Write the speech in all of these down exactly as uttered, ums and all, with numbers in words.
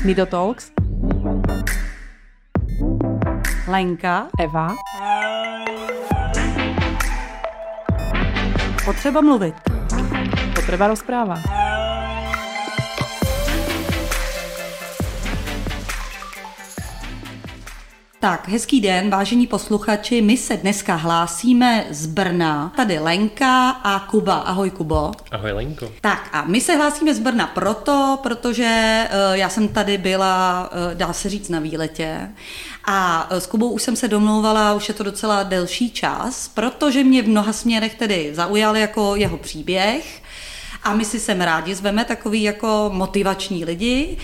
Nidotalks, Lenka, Eva, potřeba mluvit, potreba rozpráva. Tak, hezký den, vážení posluchači, my se dneska hlásíme z Brna. Tady Lenka a Kuba. Ahoj, Kubo. Ahoj, Lenko. Tak a my se hlásíme z Brna proto, protože uh, já jsem tady byla, uh, dá se říct, na výletě a uh, s Kubou už jsem se domlouvala, už je to docela delší čas, protože mě v mnoha směrech tedy zaujal jako jeho příběh a my si sem rádi zveme takový jako motivační lidi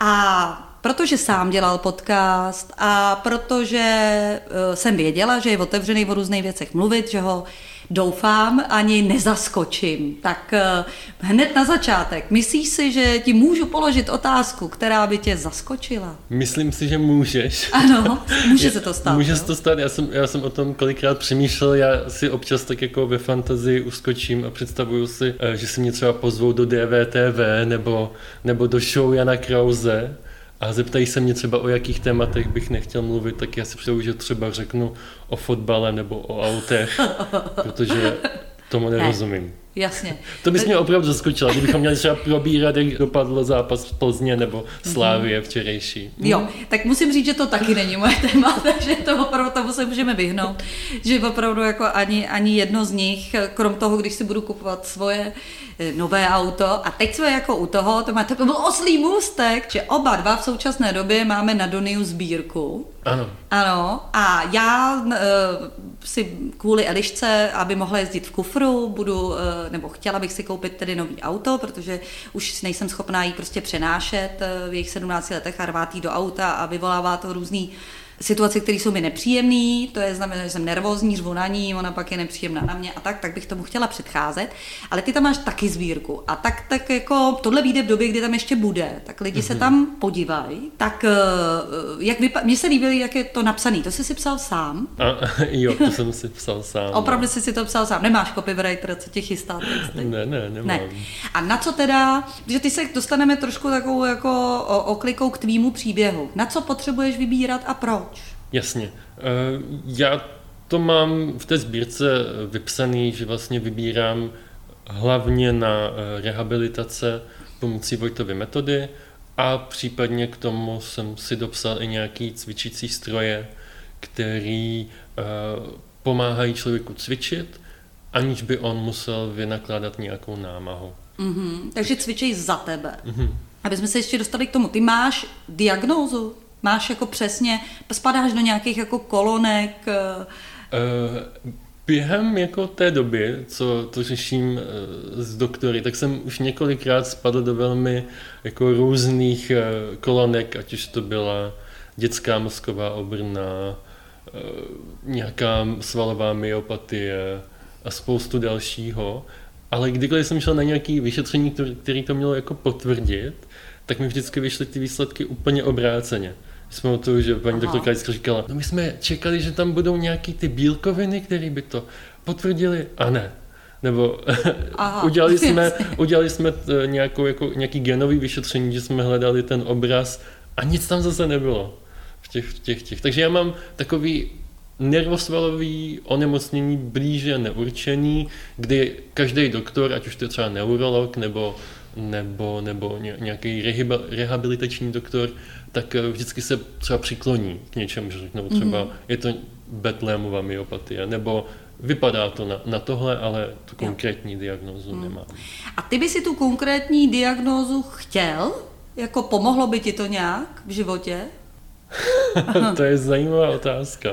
a protože sám dělal podcast a protože uh, jsem věděla, že je otevřený o různých věcech mluvit, že ho doufám ani nezaskočím. Tak uh, hned na začátek, myslíš si, že ti můžu položit otázku, která by tě zaskočila? Myslím si, že můžeš. Ano, může se to stát. Může no? se to stát, já jsem, já jsem o tom kolikrát přemýšlel, já si občas tak jako ve fantazii uskočím a představuju si, že si mě třeba pozvou do D V T V nebo, nebo do show Jana Krause a zeptají se mě třeba, o jakých tématech bych nechtěl mluvit, tak já si představuji, že třeba řeknu o fotbale nebo o autech, protože tomu nerozumím. Ne, jasně. To bys mě opravdu zaskočila, kdybychom měli třeba probírat, jak dopadl zápas v Plzně nebo Slávie včerejší. Hmm. Jo, tak musím říct, že to taky není moje téma, takže to opravdu tomu se můžeme vyhnout. Že opravdu jako ani, ani jedno z nich, krom toho, když si budu kupovat svoje nové auto. A teď jsme jako u toho, to, má, to byl oslý můstek, že oba dva v současné době máme na Doniu sbírku. Ano. Ano, a já e, si kvůli Elišce, aby mohla jezdit v kufru, budu, e, nebo chtěla bych si koupit tedy nový auto, protože už nejsem schopná jí prostě přenášet v jejich sedmnácti letech a rvát jí do auta a vyvolává to různý situace, které jsou mi nepříjemné, to je znamená, že jsem nervózní, řvu na ní, ona pak je nepříjemná na mě a tak, tak bych tomu chtěla předcházet. Ale ty tam máš taky sbírku a tak, tak jako tohle vyjde v době, kdy tam ještě bude, tak lidi mm-hmm. se tam podívají. Tak jak vypa- mně se líbilo, jak je to napsaný, to jsi si psal sám? A, jo, to jsem si psal sám. Opravdu jsi si to psal sám, nemáš copywriter, co tě chystá texty? Ne, ne, nemám. Ne. A na co teda, že ty se dostaneme trošku takovou jako oklikou k tvýmu příběhu, na co potřebuješ vybírat a proč? Jasně. Já to mám v té sbírce vypsaný, že vlastně vybírám hlavně na rehabilitace pomocí Vojtovy metody a případně k tomu jsem si dopsal i nějaký cvičící stroje, který pomáhají člověku cvičit, aniž by on musel vynakládat nějakou námahu. Mm-hmm. Takže cvičej za tebe. Mm-hmm. Aby jsme se ještě dostali k tomu. Ty máš diagnózu? Máš jako přesně, spadáš do nějakých jako kolonek? Uh, během jako té doby, co to řeším uh, s doktory, tak jsem už několikrát spadl do velmi jako různých uh, kolonek, ať už to byla dětská mozková obrna, uh, nějaká svalová myopatie a spoustu dalšího. Ale kdykoliv jsem šel na nějaké vyšetření, které to mělo jako potvrdit, tak mi vždycky vyšly ty výsledky úplně obráceně. Jsme o to, že paní doktorka vždycky říkala, no my jsme čekali, že tam budou nějaký ty bílkoviny, které by to potvrdili, a ne. Nebo udělali jsme, udělali jsme nějakou, jako, nějaký genový vyšetření, že jsme hledali ten obraz a nic tam zase nebylo v těch, v těch, těch. Takže já mám takový nervosvalový onemocnění blíže neurčený, kdy každý doktor, ať už to je třeba neurolog nebo, nebo, nebo nějaký rehabilitační doktor, tak vždycky se třeba přikloní k něčemu, že řeknou třeba mm-hmm. je to Betlémova myopatie, nebo vypadá to na, na tohle, ale tu konkrétní jo. diagnózu mm. nemám. A ty by si tu konkrétní diagnózu chtěl? Jako pomohlo by ti to nějak v životě? To je zajímavá otázka.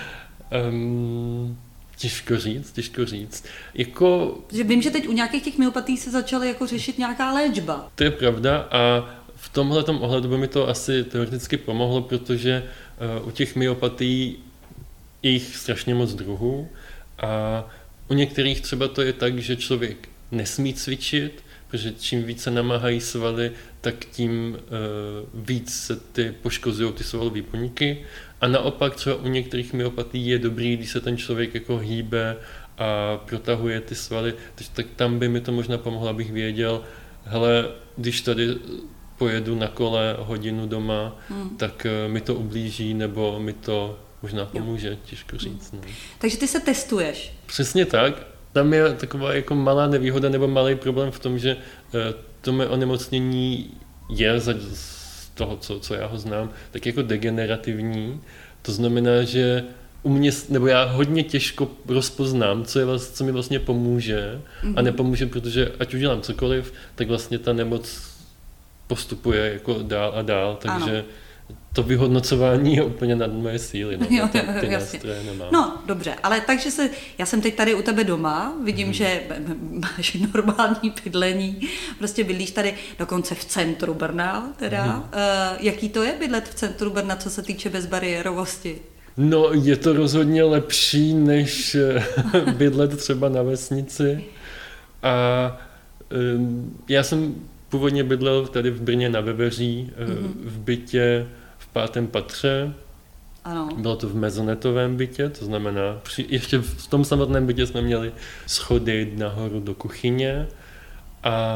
Um, těžko říct, těžko říct. Jako, že vím, že teď u nějakých těch myopatí se začaly jako řešit nějaká léčba. To je pravda a v tomhletom ohledu by mi to asi teoreticky pomohlo, protože uh, u těch myopatií je jich strašně moc druhů a u některých třeba to je tak, že člověk nesmí cvičit, protože čím více namáhají svaly, tak tím uh, víc se ty poškozují ty svalové buňky. A naopak třeba u některých myopatií je dobrý, když se ten člověk jako hýbe a protahuje ty svaly, takže tak tam by mi to možná pomohlo, abych věděl, hele, když tady pojedu na kole hodinu doma, hmm. tak mi to ublíží, nebo mi to možná pomůže, jo. Těžko říct. Hmm. No. Takže ty se testuješ? Přesně tak. Tam je taková jako malá nevýhoda nebo malý problém v tom, že to mé onemocnění je z toho, co, co já ho znám, tak jako degenerativní. To znamená, že u mě, nebo já hodně těžko rozpoznám, co, je vlastně, co mi vlastně pomůže mm-hmm. a nepomůže, protože ať udělám cokoliv, tak vlastně ta nemoc postupuje jako dál a dál, takže ano. To vyhodnocování je úplně nad moje síly, no, jo, ty, ty nástroje nemám. No, dobře, ale takže se, já jsem teď tady u tebe doma, vidím, mm. že máš normální bydlení, prostě bydlíš tady dokonce v centru Brna, teda. Mm. Uh, jaký to je bydlet v centru Brna, co se týče bezbariérovosti? No, je to rozhodně lepší, než bydlet třeba na vesnici. A um, já jsem původně bydlel tady v Brně na Veveří, mm-hmm. v bytě v pátém patře. Ano. Bylo to v mezonetovém bytě, to znamená, při, ještě v tom samotném bytě jsme měli schody nahoru do kuchyně a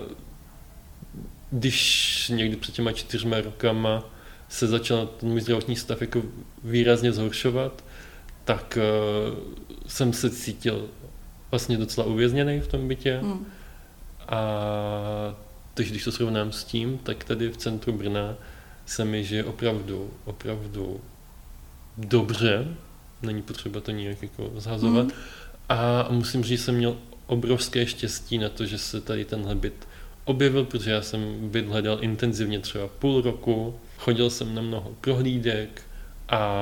když někdy před těma čtyřma rokama se začal ten můj zdravotní stav jako výrazně zhoršovat, tak uh, jsem se cítil vlastně docela uvězněný v tom bytě. Mm. A takže když to srovnám s tím, tak tady v centru Brna se mi žije opravdu, opravdu dobře. Není potřeba to nějak jako zhazovat. Mm. A musím říct, že jsem měl obrovské štěstí na to, že se tady tenhle byt objevil, protože já jsem byt hledal intenzivně třeba půl roku. Chodil jsem na mnoho prohlídek a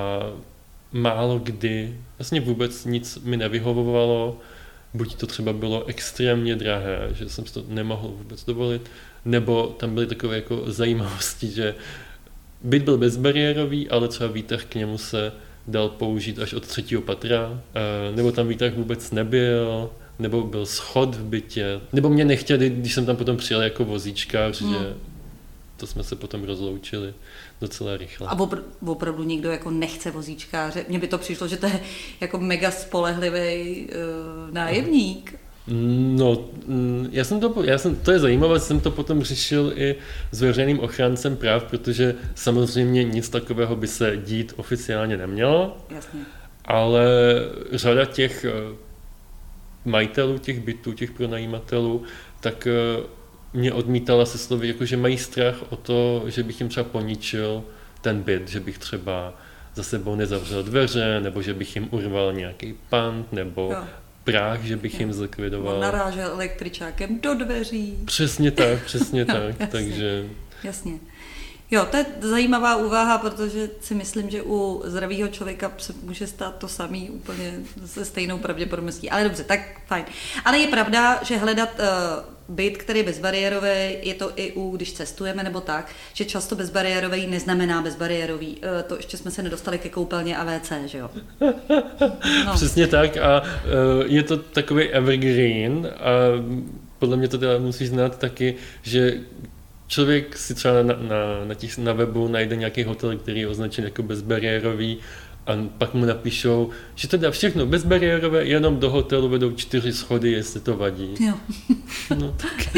málo kdy, vlastně vůbec nic mi nevyhovovalo, buď to třeba bylo extrémně drahé, že jsem si to nemohl vůbec dovolit, nebo tam byly takové jako zajímavosti, že byt byl bezbariérový, ale třeba výtah k němu se dal použít až od třetího patra, nebo tam výtah vůbec nebyl, nebo byl schod v bytě, nebo mě nechtěli, když jsem tam potom přijel jako vozíčkář, hmm. že to jsme se potom rozloučili docela rychle. A opr- opravdu nikdo jako nechce vozíčkáře? Mně by to přišlo, že to je jako mega spolehlivý uh, nájemník. No, já jsem to, já jsem, to je zajímavé, jsem to potom řešil i s veřejným ochráncem práv, protože samozřejmě nic takového by se dít oficiálně nemělo. Jasně. Ale řada těch majitelů těch bytů, těch pronajímatelů, tak mě odmítala se slovy, jako že mají strach o to, že bych jim třeba poničil ten byt, že bych třeba za sebou nezavřel dveře, nebo že bych jim urval nějaký pant, nebo jo. práh, že bych jo. jim zlikvidoval. On narážel električákem do dveří. Přesně tak, přesně tak, jasně. takže... Jasně. Jo, to je zajímavá úvaha, protože si myslím, že u zdravého člověka se může stát to samý úplně se stejnou pravděpodobností. Ale dobře, tak fajn. Ale je pravda, že hledat uh, byt, který je bezbariérový, je to i u, když cestujeme nebo tak, že často bezbariérový neznamená bezbariérový. Uh, to ještě jsme se nedostali ke koupelně a vé cé, že jo? No. Přesně tak a uh, je to takový evergreen a podle mě to teda musíš znát taky, že člověk si třeba na, na, na, těch, na webu najde nějaký hotel, který je označen jako bezbariérový a pak mu napíšou, že to dá všechno bezbariérové, jenom do hotelu vedou čtyři schody, jestli to vadí. Jo. No tak.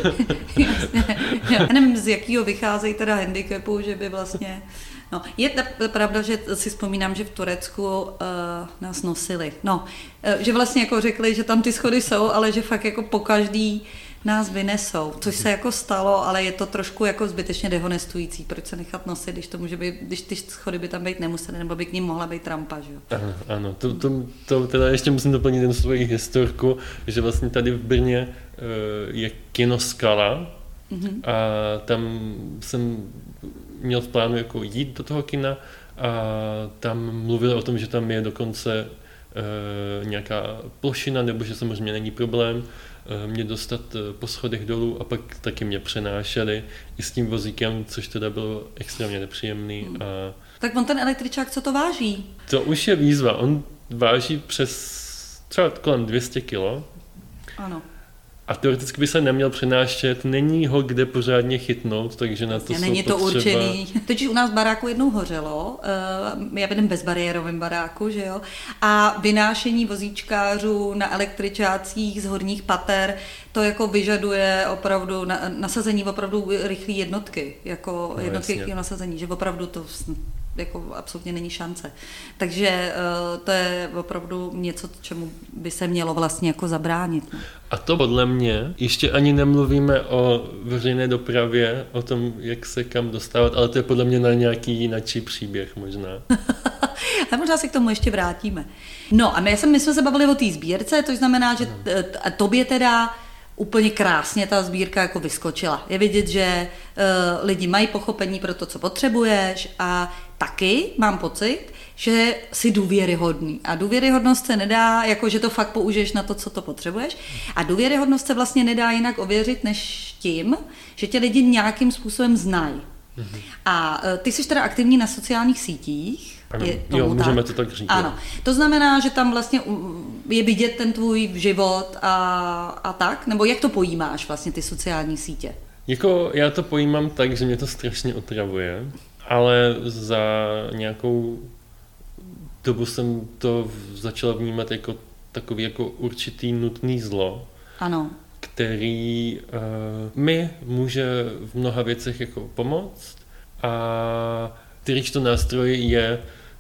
Jasně. Já nevím, z jakého vycházejí teda handicapu, že by vlastně... No, je pravda, že si vzpomínám, že v Turecku uh, nás nosili. No, uh, že vlastně jako řekli, že tam ty schody jsou, ale že fakt jako po každý nás vynesou, což se jako stalo, ale je to trošku jako zbytečně dehonestující. Proč se nechat nosit, když to může být, když ty schody by tam být nemusely, nebo by k ním mohla být rampa, že jo? Ano, ano. To, to, to teda ještě musím doplnit jen svoji historku, že vlastně tady v Brně uh, je kino Skala mm-hmm. a tam jsem měl v plánu jako jít do toho kina a tam mluvili o tom, že tam je dokonce uh, nějaká plošina, nebo že samozřejmě není problém mě dostat po schodech dolů a pak taky mě přenášeli i s tím vozíkem, což teda bylo extrémně nepříjemný. Hmm. A tak on ten električák, co to váží? To už je výzva. On váží přes třeba kolem dvě stě kilo. Ano. A teoreticky by se neměl přenášet, není ho kde pořádně chytnout, takže na to Není jsou Není to potřeba... určený. Totiž u nás v baráku jednou hořelo, já bydlím bezbariérovém baráku, že jo, a vynášení vozíčkářů na električácích z horních pater, to jako vyžaduje opravdu na, nasazení opravdu rychlé jednotky, jako no, jednotky jasně. nasazení, že opravdu to jako absolutně není šance. Takže to je opravdu něco, čemu by se mělo vlastně jako zabránit. No. A to podle mě, ještě ani nemluvíme o veřejné dopravě, o tom, jak se kam dostávat, ale to je podle mě na nějaký jinačí příběh možná. A možná se k tomu ještě vrátíme. No a my, jsem, my jsme se bavili o té sbírce, to znamená, že t, a tobě teda úplně krásně ta sbírka jako vyskočila. Je vidět, že uh, lidi mají pochopení pro to, co potřebuješ a taky mám pocit, že jsi důvěryhodný. A důvěryhodnost se nedá, jako že to fakt použiješ na to, co to potřebuješ. A důvěryhodnost se vlastně nedá jinak ověřit, než tím, že tě lidi nějakým způsobem znají. Mm-hmm. A uh, ty jsi teda aktivní na sociálních sítích. Ano, je jo, můžeme tak? to tak říct. Ano, to znamená, že tam vlastně je vidět ten tvůj život a, a tak? Nebo jak to pojímáš vlastně ty sociální sítě? Jako já to pojímám tak, že mě to strašně otravuje, ale za nějakou dobu jsem to začala vnímat jako takový jako určitý nutný zlo, Ano. který uh, mi může v mnoha věcech jako pomoct a kterýž to nástroj je,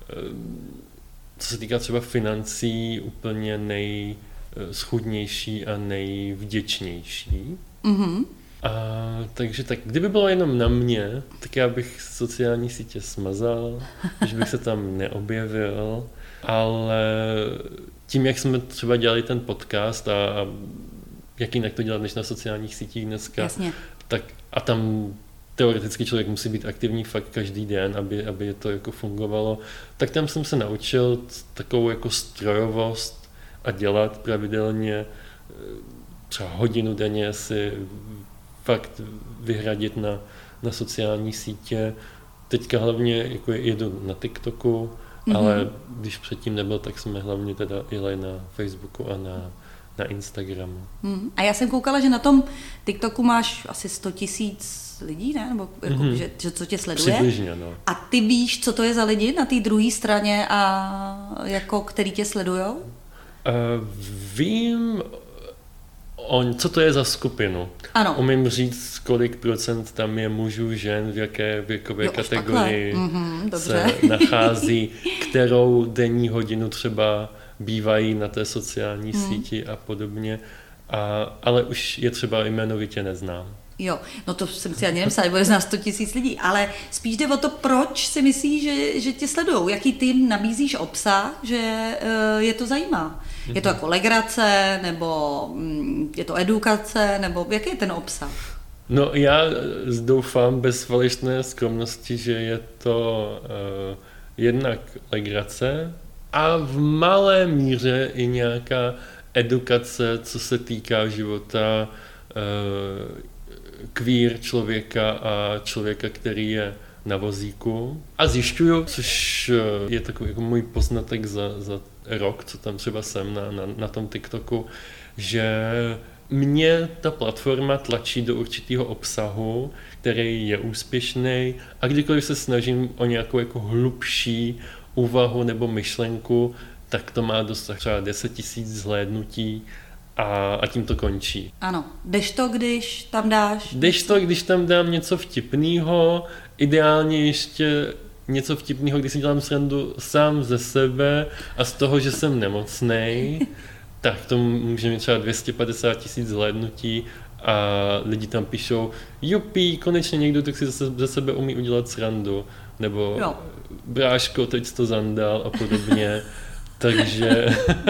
co se týká třeba financí, úplně nejschudnější a nejvděčnější. Mm-hmm. A takže tak, kdyby bylo jenom na mě, tak já bych sociální sítě smazal, že bych se tam neobjevil, ale tím, jak jsme třeba dělali ten podcast a, a jak jinak to dělat než na sociálních sítích dneska, Jasně. tak a tam teoreticky člověk musí být aktivní fakt každý den, aby, aby to jako fungovalo, tak tam jsem se naučil takovou jako strojovost a dělat pravidelně třeba hodinu denně si fakt vyhradit na, na sociální sítě. Teďka hlavně jako jedu na TikToku, mm-hmm. ale když předtím nebyl, tak jsme hlavně teda jeli na Facebooku a na, na Instagramu. Mm. A já jsem koukala, že na tom TikToku máš asi sto tisíc lidí, ne? Nebo jako, mm-hmm. že, že co tě sleduje. Přibližně, no. A ty víš, co to je za lidi na té druhé straně a jako který tě sledujou? Uh, vím, on, co to je za skupinu. Ano. Umím říct, kolik procent tam je mužů, žen, v jaké věkové jo, kategorii mm-hmm, se nachází, kterou denní hodinu třeba bývají na té sociální mm. síti a podobně. A, ale už je třeba jmenovitě neznám. Jo, no to jsem si ani nemyslela, bude znát sto tisíc lidí, ale spíš jde o to, proč si myslíš, že, že tě sledujou, jaký ty jim nabízíš obsah, že uh, je to zajímá. Mm-hmm. Je to jako legrace, nebo mm, je to edukace, nebo jaký je ten obsah? No já doufám bez falešné skromnosti, že je to uh, jednak legrace a v malé míře i nějaká edukace, co se týká života uh, queer člověka a člověka, který je na vozíku. A zjišťuju, což je takový jako můj poznatek za, za rok, co tam třeba jsem na, na, na tom TikToku, že mě ta platforma tlačí do určitého obsahu, který je úspěšný a kdykoliv se snažím o nějakou jako hlubší úvahu nebo myšlenku, tak to má dosah třeba deset tisíc zhlédnutí a, a tím to končí. Ano, jdeš to, když tam dáš? Jdeš to, když tam dám něco vtipného, ideálně ještě něco vtipného, když si dělám srandu sám ze sebe a z toho, že jsem nemocnej, tak to může mít třeba dvě stě padesát tisíc zhlédnutí a lidi tam píšou, jupí, konečně někdo tak si zase ze sebe umí udělat srandu, nebo jo. Bráško, teď jsi to zandal a podobně, takže...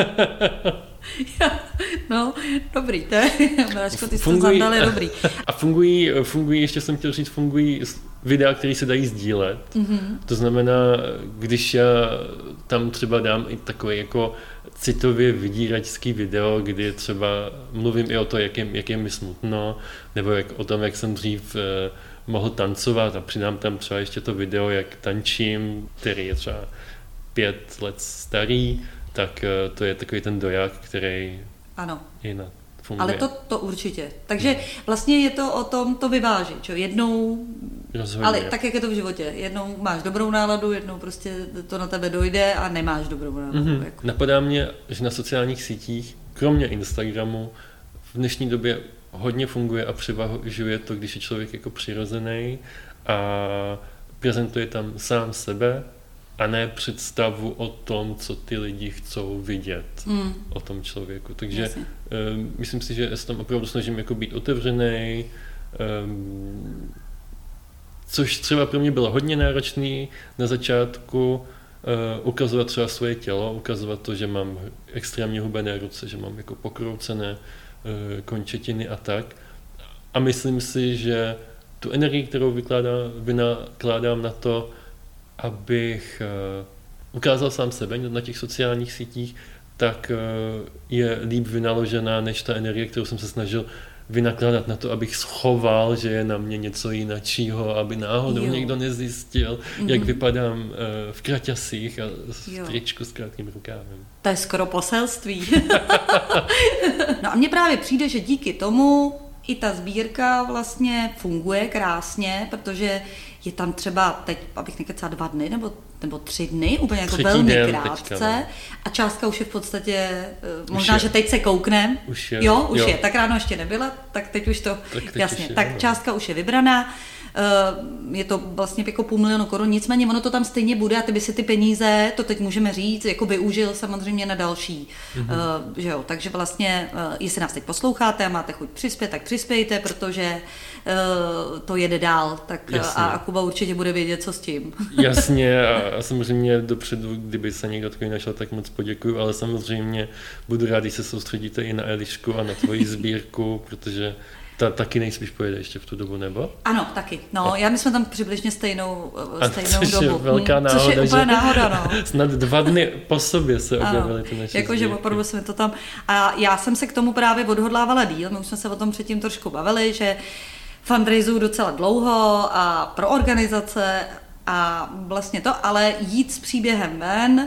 No, dobrý, to je, Bráško, ty jsi to zandal, je dobrý. A fungují, fungují, ještě jsem chtěl říct, fungují videa, které se dají sdílet. Mm-hmm. To znamená, když já tam třeba dám i takový jako citově vydíračský video, kdy třeba mluvím i o to, jak je, jak je mi smutno, nebo jak, o tom, jak jsem dřív eh, mohl tancovat a přidám tam třeba ještě to video, jak tančím, který je třeba pět let starý, tak eh, to je takový ten doják, který ano. je na funguje. Ale to, to určitě. Takže vlastně je to o tom to vyvážit. Čo? Jednou, Rozhodně. ale tak, jak je to v životě. Jednou máš dobrou náladu, jednou prostě to na tebe dojde a nemáš dobrou náladu. Mm-hmm. Jako. Napadá mě, že na sociálních sítích, kromě Instagramu, v dnešní době hodně funguje a převažuje to, když je člověk jako přirozený a prezentuje tam sám sebe a ne představu o tom, co ty lidi chcou vidět mm. o tom člověku. Takže um, myslím si, že se tam opravdu snažím jako být otevřený, um, což třeba pro mě bylo hodně náročný na začátku, uh, ukazovat třeba svoje tělo, ukazovat to, že mám extrémně hubené ruce, že mám jako pokroucené uh, končetiny a tak. A myslím si, že tu energii, kterou vykládám, vynakládám na to, abych uh, ukázal sám sebe na těch sociálních sítích, tak uh, je líp vynaložená než ta energie, kterou jsem se snažil vynakládat na to, abych schoval, že je na mě něco jináčího, aby náhodou jo. někdo nezjistil, mm-hmm. jak vypadám uh, v kraťasích a v tričku s krátkým rukávem. To je skoro poselství. No a mně právě přijde, že díky tomu i ta sbírka vlastně funguje krásně, protože je tam třeba teď, abych nekecala, dva dny nebo, nebo tři dny, úplně jako Třetí velmi den krátce teďka, no. A částka už je v podstatě, už možná, je. že teď se kouknem, už je. jo, už jo. je, tak ráno ještě nebyla, tak teď už to, tak teď jasně, už je, tak no. částka už je vybraná, je to vlastně jako půl milionu korun, nicméně ono to tam stejně bude a ty by si ty peníze, to teď můžeme říct, jako využil samozřejmě na další, mm-hmm. uh, že jo, takže vlastně, uh, jestli nás teď posloucháte a máte chuť přispět, tak přispějte, protože uh, to jede dál, tak uh, a Kuba určitě bude vědět, co s tím. Jasně a, a samozřejmě dopředu, kdyby se někdo takový našel, tak moc poděkuju, ale samozřejmě budu rád, když se soustředíte i na Elišku a na tvoji sbírku, protože ta taky nejspíš pojede ještě v tu dobu, nebo? Ano, taky. No, a... já my jsme tam přibližně stejnou, stejnou což dobu. Je velká náhoda, což je úplně že náhoda, no. Snad dva dny po sobě se objevily ty naše Jakože opravdu jsme to tam. A já jsem se k tomu právě odhodlávala díl, my už jsme se o tom předtím trošku bavili, že fundraisuju docela dlouho a pro organizace a vlastně to, ale jít s příběhem ven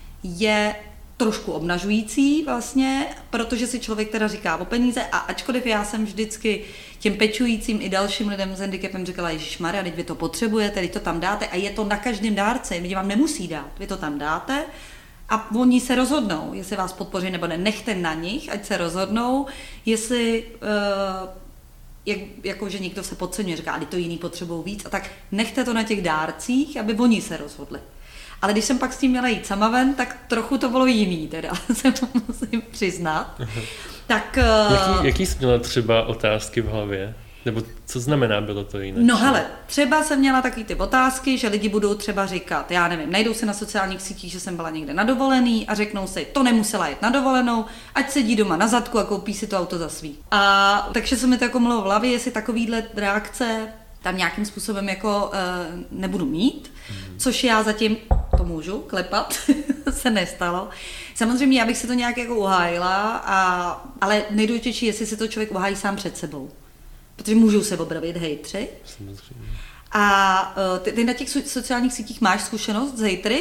je trošku obnažující vlastně, protože si člověk teda říká o peníze a ačkoliv já jsem vždycky těm pečujícím i dalším lidem s handicapem říkala, ježišmarja, teď vy to potřebujete, teď to tam dáte a je to na každém dárce, lidi vám nemusí dát, vy to tam dáte a oni se rozhodnou, jestli vás podpoří nebo ne, nechte na nich, ať se rozhodnou, jestli uh, jak, jako, že někdo se podceňuje, říká, ale to jiný potřebují víc a tak nechte to na těch dárcích, aby oni se rozhodli. Ale když jsem pak s tím měla jít sama ven, tak trochu to bylo jiný, teda se musím přiznat. Uh-huh. Tak, jaký, jaký jsi měla třeba otázky v hlavě? Nebo co znamená bylo to jinak? No hele, třeba jsem měla takový ty otázky, že lidi budou třeba říkat, já nevím, najdou se na sociálních sítích, že jsem byla někde na dovolený a řeknou si, to nemusela jít na dovolenou, ať sedí doma na zadku a koupí si to auto za svý. A takže se mi to jako mluvilo v hlavě, jestli takovýhle reakce tam nějakým způsobem jako uh, nebudu mít, mm. což já zatím to můžu klepat, se nestalo. Samozřejmě já bych si to nějak jako uhájila, a, ale nejdůležitější, jestli si to člověk uhájí sám před sebou. Protože můžou se obravit hejtři. Samozřejmě. A uh, ty, ty na těch sociálních sítích máš zkušenost s hejtry?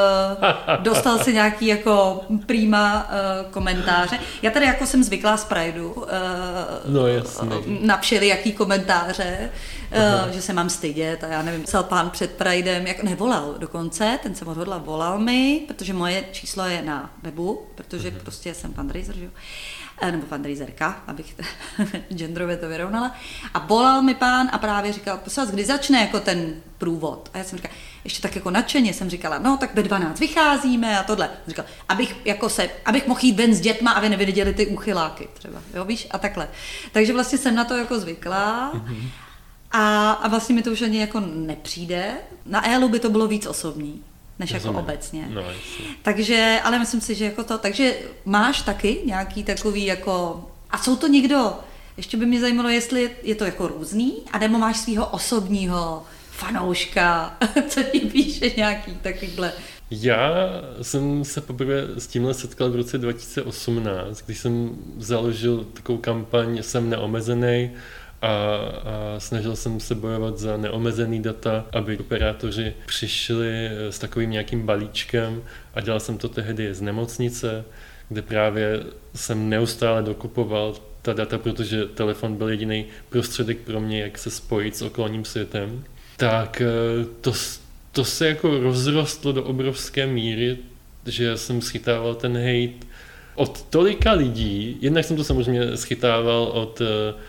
Uh, dostal si nějaký jako prima uh, komentáře. Já tady jako jsem zvyklá z Prideu uh, no, jasně. na všelijaký komentáře, uh, že se mám stydět a já nevím, psal pán před Pridem, jak nevolal dokonce, ten jsem odhodla, volal mi, protože moje číslo je na webu, protože Aha. prostě jsem fundraiser, že jo. Nebo fundraiserka, abych genderově to vyrovnala. A volal mi pán a právě říkal, prosím vás, kdy začne jako ten průvod? A já jsem říkala, ještě tak jako nadšeně jsem říkala, no tak ve dvanáct vycházíme a tohle. Jsem říkala, abych, jako se, abych mohl jít ven s dětma a vy neviděli ty úchyláky třeba, jo, víš, a takhle. Takže vlastně jsem na to jako zvyklá. Mm-hmm. A, a vlastně mi to už ani jako nepřijde. Na E L U by to bylo víc osobní, než jako obecně. No, takže, ale myslím si, že jako to, takže máš taky nějaký takový jako, a jsou to někdo, ještě by mě zajímalo, jestli je to jako různý, a nebo máš svýho osobního fanouška, co ti píše nějaký takovýhle. Já jsem se poprvé s tímhle setkal v roce dva tisíce osmnáct, když jsem založil takovou kampaň Jsem neomezený, A, a snažil jsem se bojovat za neomezený data, aby operátoři přišli s takovým nějakým balíčkem a dělal jsem to tehdy z nemocnice, kde právě jsem neustále dokupoval ta data, protože telefon byl jediný prostředek pro mě, jak se spojit s okolním světem, tak to, to se jako rozrostlo do obrovské míry, že jsem schytával ten hejt od tolika lidí. Jednak jsem to samozřejmě schytával od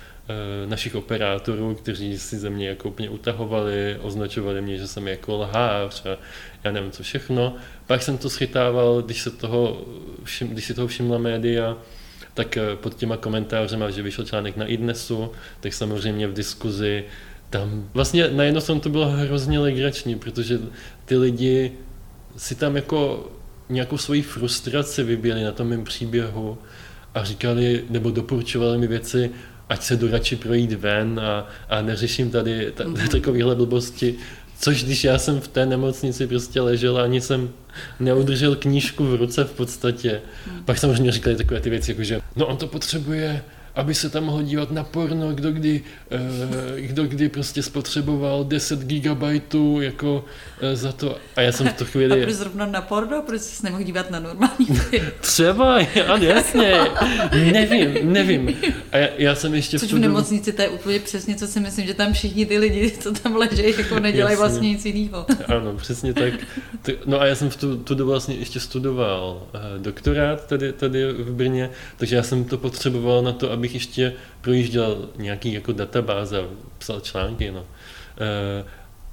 našich operátorů, kteří si ze mě jako úplně utahovali, označovali mě, že jsem jako lhář a já nevím co všechno. Pak jsem to schytával, když, se toho, když si toho všimla média, tak pod těma komentářema, že vyšel článek na iDnesu, tak samozřejmě v diskuzi tam vlastně na jednu stranu to bylo hrozně legrační, protože ty lidi si tam jako nějakou svoji frustraci vybíjeli na tom mém příběhu a říkali, nebo doporučovali mi věci, ať se jdu radši projít ven a, a neřeším tady ta, mm-hmm. takovéhle blbosti. Což když já jsem v té nemocnici prostě ležel a ani jsem neudržel knížku v ruce v podstatě. Mm. Pak samozřejmě říkali takové ty věci, jako že no on to potřebuje, aby se tam mohl dívat na porno, kdo kdy, eh, kdo kdy prostě spotřeboval deset gigabajtů jako eh, za to. A já jsem v tu chvíli... A proč zrovna na porno? Proč jsi nemohl dívat na normální film? Třeba, ano, jasně. nevím, nevím. A já, já jsem ještě... Což v, v nemocnici to je úplně přesně, co si myslím, že tam všichni ty lidi, co tam ležejí, jako nedělají jasně. Vlastně nic jiného. Ano, přesně tak. No a já jsem v tu, tu dobu vlastně ještě studoval doktorát tady, tady v Brně, takže já jsem to potřeboval na to, abych ještě projížděl nějaký jako databáze a psal články, no. E,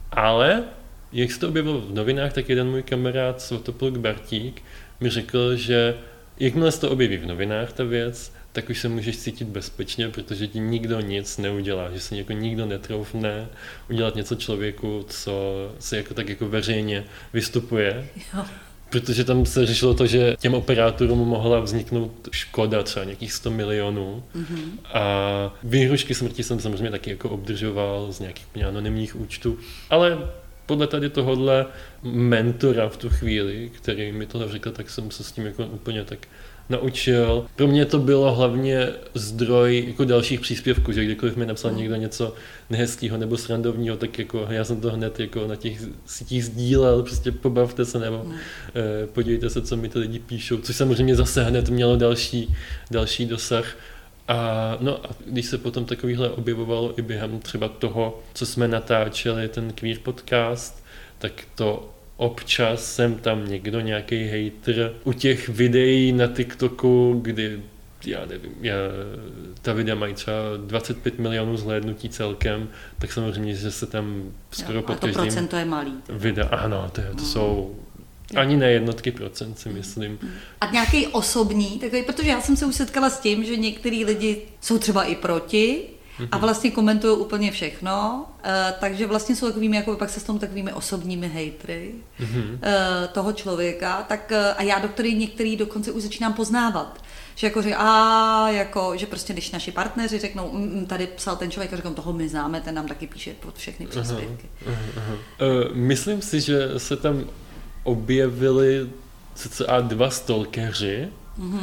ale jak se to objevilo v novinách, tak jeden můj kamarád Svatopluk Bartík mi řekl, že jakmile se to objeví v novinách ta věc, tak už se můžeš cítit bezpečně, protože ti nikdo nic neudělá, že se jako nikdo netroufne udělat něco člověku, co se jako tak jako veřejně vystupuje. Jo. Protože tam se řešilo to, že těm operátorům mohla vzniknout škoda třeba nějakých sto milionů. Mm-hmm. A výhrušky smrti jsem samozřejmě taky jako obdržoval z nějakých úplně anonymních účtů. Ale podle tady tohohle mentora v tu chvíli, který mi tohle řekl, tak jsem se s tím jako úplně tak naučil. Pro mě to bylo hlavně zdroj jako dalších příspěvků, že kdykoliv mi napsal někdo něco nehezkého nebo srandovního, tak jako já jsem to hned jako na těch sítích sdílel, prostě pobavte se nebo mm. eh, podívejte se, co mi ty lidi píšou, což samozřejmě zase hned mělo další, další dosah. A, no a když se potom takovýhle objevovalo i během třeba toho, co jsme natáčeli, ten queer podcast, tak to občas jsem tam někdo, nějaký hater. U těch videí na TikToku, kdy, já nevím, já, ta videa mají třeba dvacet pět milionů zhlédnutí celkem, tak samozřejmě, že se tam skoro pod každým... A to procento je malý. Videa, ano, to, to jsou... Ani ne jednotky procent, si myslím. A nějaký osobní, takový, protože já jsem se už setkala s tím, že některý lidi jsou třeba i proti a vlastně komentují úplně všechno, uh, takže vlastně jsou takovými, jako pak se s tom takovými osobními hejtry uh, toho člověka, tak uh, a já do který některý dokonce už začínám poznávat. Že jako že, a jako, že prostě když naši partneři řeknou, mm, tady psal ten člověk a řeknou, toho my známe, ten nám taky píše pod všechny příspěvky. Uh, uh, myslím si, že se tam objevili cca dva stalkeři, mm-hmm.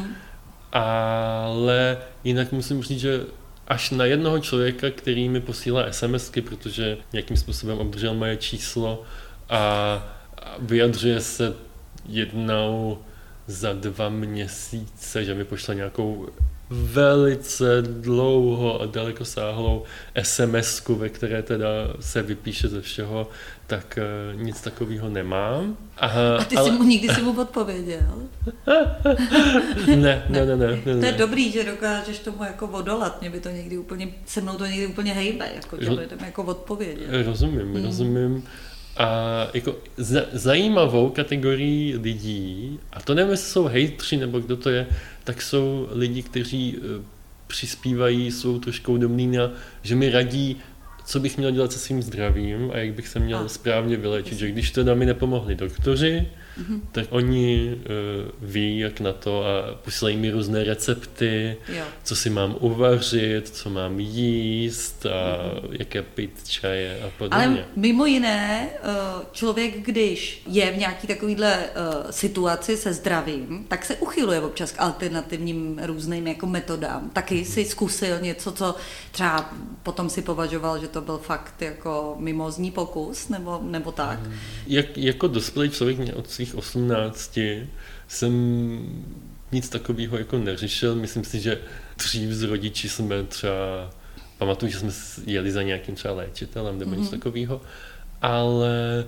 ale jinak musím říct, že až na jednoho člověka, který mi posílá SMSky, protože nějakým způsobem obdržel moje číslo a vyjadřuje se jednou za dva měsíce, že mi pošle nějakou velice dlouho a dalekosáhlou SMSku, ve které teda se vypíše ze všeho, tak uh, nic takového nemám. Aha, a ty ale... jsi mu nikdy si mu odpověděl? ne, ne, ne, ne, ne, ne. To je dobrý, že dokážeš tomu jako odolat. Mě by to někdy úplně, se mnou to někdy úplně hejbe, jako těm lidem jako odpovědět. Rozumím, hmm. rozumím. A jako z- zajímavou kategorii lidí, a to nevím, jestli jsou hejtři nebo kdo to je, tak jsou lidi, kteří uh, přispívají svou troškou do mlýna, že mi radí, co bych měl dělat se svým zdravím a jak bych se měl a. správně vylečit. Že když teda mi nepomohli doktoři, mm-hmm. tak oni uh, ví, jak na to a posílají mi různé recepty, jo. co si mám uvařit, co mám jíst a mm-hmm. jaké pít čaje a podobně. Ale mimo jiné, člověk, když je v nějaký takovýhle situaci se zdravím, tak se uchyluje občas k alternativním různým jako metodám. Taky mm-hmm. si zkusil něco, co třeba potom si považoval, že to byl fakt jako mimózní pokus, nebo, nebo tak? Jak, jako dospělý člověk od svých osmnácti jsem nic takového jako neřešil. Myslím si, že dřív s rodiči jsme třeba, pamatuju, že jsme jeli za nějakým třeba léčitelem nebo mm-hmm. něco takového, ale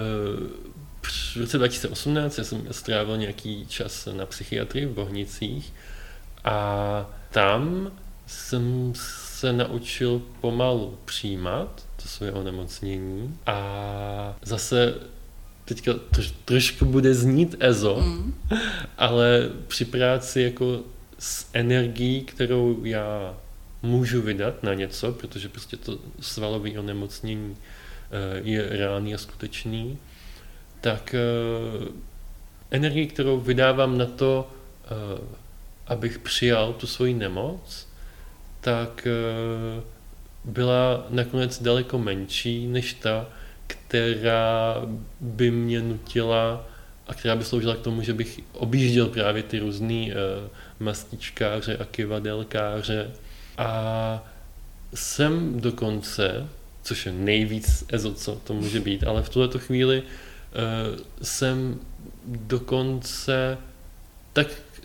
v roce dva tisíce osmnáct já jsem strávil nějaký čas na psychiatrii v Bohnicích a tam jsem se naučil pomalu přijímat to svoje onemocnění a zase teďka troš, trošku bude znít ezo, mm. ale při práci jako s energií, kterou já můžu vydat na něco, protože prostě to svalové onemocnění je reálný a skutečný, tak uh, energii, kterou vydávám na to, uh, abych přijal tu svoji nemoc, tak uh, byla nakonec daleko menší než ta, která by mě nutila a která by sloužila k tomu, že bych objížděl právě ty různý uh, mastičkáře a kyvadelkáře. A jsem dokonce, což je nejvíc ezo, co to může být, ale v tuhleto chvíli uh, jsem dokonce tak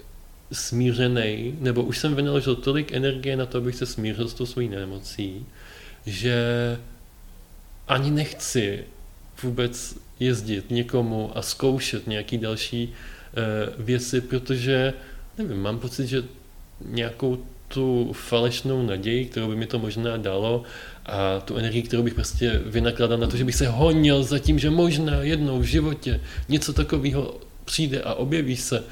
smířený, nebo už jsem vynaložil tolik energie na to, abych se smířil s tou svojí nemocí, že ani nechci vůbec jezdit někomu a zkoušet nějaký další uh, věci, protože, nevím, mám pocit, že nějakou tu falešnou naději, kterou by mi to možná dalo a tu energii, kterou bych prostě vynakladal na to, že bych se honil za tím, že možná jednou v životě něco takového přijde a objeví se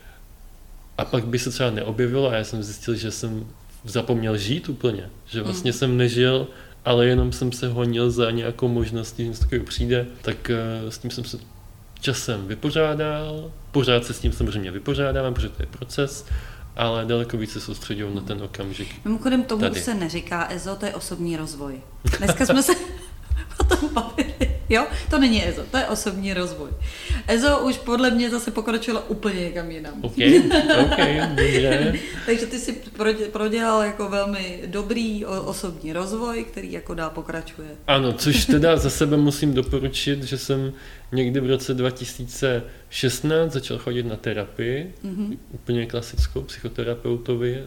a pak by se třeba neobjevilo a já jsem zjistil, že jsem zapomněl žít úplně, že vlastně mm. jsem nežil, ale jenom jsem se honil za nějakou možností, že něco takového přijde, tak uh, s tím jsem se časem vypořádal, pořád se s tím samozřejmě vypořádávám, protože to je proces, ale daleko více soustředil na ten okamžik. Mimochodem tomu tady. Už se neříká ezo, to je osobní rozvoj. Dneska jsme se o tom bavili. Jo, to není ezo, to je osobní rozvoj. Ezo už podle mě zase pokročilo úplně někam jinam. OK, OK, dobře. Takže ty si prodělal jako velmi dobrý osobní rozvoj, který jako dál pokračuje. Ano, což teda za sebe musím doporučit, že jsem někdy v roce dva tisíce šestnáct začal chodit na terapii, mm-hmm. úplně klasickou psychoterapeutovi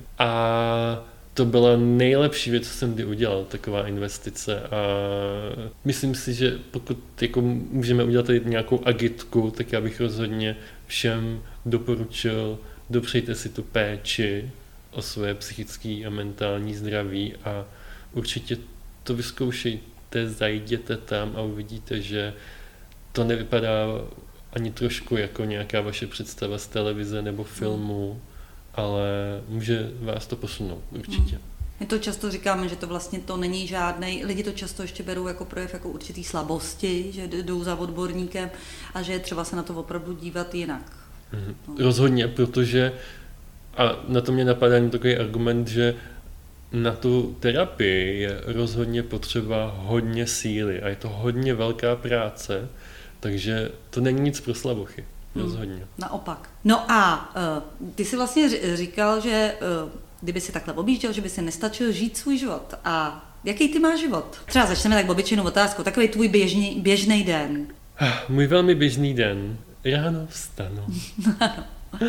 a to byla nejlepší věc, co jsem kdy udělal, taková investice a myslím si, že pokud jako můžeme udělat tady nějakou agitku, tak já bych rozhodně všem doporučil, dopřejte si tu péči o své psychické a mentální zdraví a určitě to vyzkoušejte, zajděte tam a uvidíte, že to nevypadá ani trošku jako nějaká vaše představa z televize nebo filmu, ale může vás to posunout, určitě. My to často říkáme, že to vlastně to není žádnej, lidi to často ještě berou jako projev jako určitý slabosti, že jdou za odborníkem a že je třeba se na to opravdu dívat jinak. Mhm. No. Rozhodně, protože a na to mě napadá takový argument, že na tu terapii je rozhodně potřeba hodně síly a je to hodně velká práce, takže to není nic pro slabochy. Rozhodně. Hmm, naopak. No a uh, ty jsi vlastně říkal, že uh, kdyby si takhle objížděl, že by si nestačil žít svůj život. A jaký ty máš život? Třeba začneme tak obyčejnou otázkou. Takový tvůj běžný, běžný den. Můj velmi běžný den. Ráno vstanu. Ano. Uh,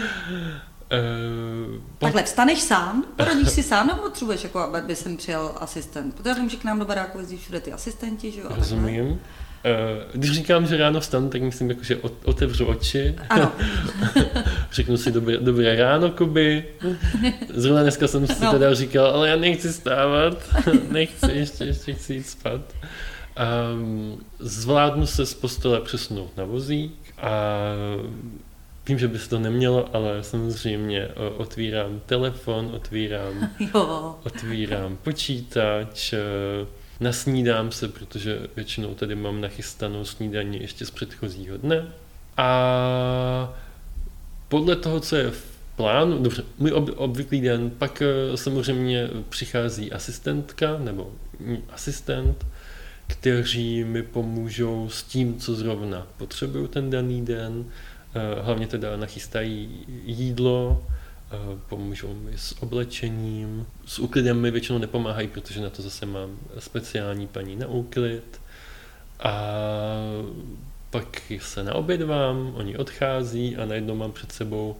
po... Takhle, vstaneš sám, poradíš si sám, nebo potřebuješ, jako aby jsem přijel asistent? Protože já vím, že k nám do baráku jezdí všude ty asistenti, že jo? Rozumím. Když říkám, že ráno vstanu, tak myslím, jako, že otevřu oči. Ano. Řeknu si dobré, dobré ráno, Kuby. Zrovna dneska jsem si no. teda říkal, ale já nechci stávat, nechci, ještě, ještě chci jít spát. Um, zvládnu se z postele přesunout na vozík a vím, že by se to nemělo, ale samozřejmě otvírám telefon, otvírám, jo. otvírám počítač, nasnídám se, protože většinou tady mám nachystanou snídaní ještě z předchozího dne. A podle toho, co je v plánu, dobře, můj obvyklý den, pak samozřejmě přichází asistentka nebo asistent, kteří mi pomůžou s tím, co zrovna potřebuju ten daný den. Hlavně teda nachystají jídlo, pomůžou mi s oblečením, s úklidem mi většinou nepomáhají, protože na to zase mám speciální paní na úklid a pak se naobědvám, oni odchází a najednou mám před sebou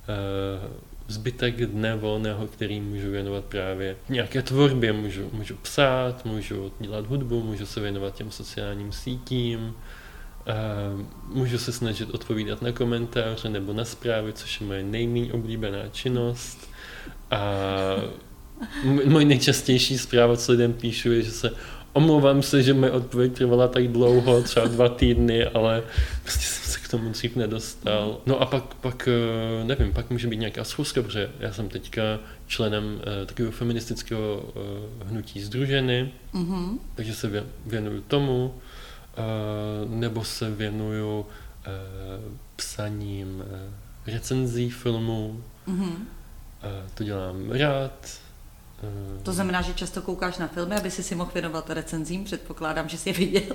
zbytek dne volného, který můžu věnovat právě nějaké tvorbě, můžu, můžu psát, můžu dělat hudbu, můžu se věnovat těm sociálním sítím, můžu se snažit odpovídat na komentáře nebo na zprávy, což je moje nejméně oblíbená činnost. A můj nejčastější zpráva, co lidem píšu, je, že se omlouvám se, že moje odpověď trvala tak dlouho, třeba dva týdny, ale prostě jsem se k tomu dřív nedostal. No a pak, pak nevím, pak může být nějaká schůzka, protože já jsem teďka členem takového feministického hnutí Sdruženy, mm-hmm. takže se věnuju tomu, nebo se věnuju psaním recenzí filmů, mm-hmm. to dělám rád. To znamená, že často koukáš na filmy, aby si si mohl věnovat recenzím, předpokládám, že jsi je viděl.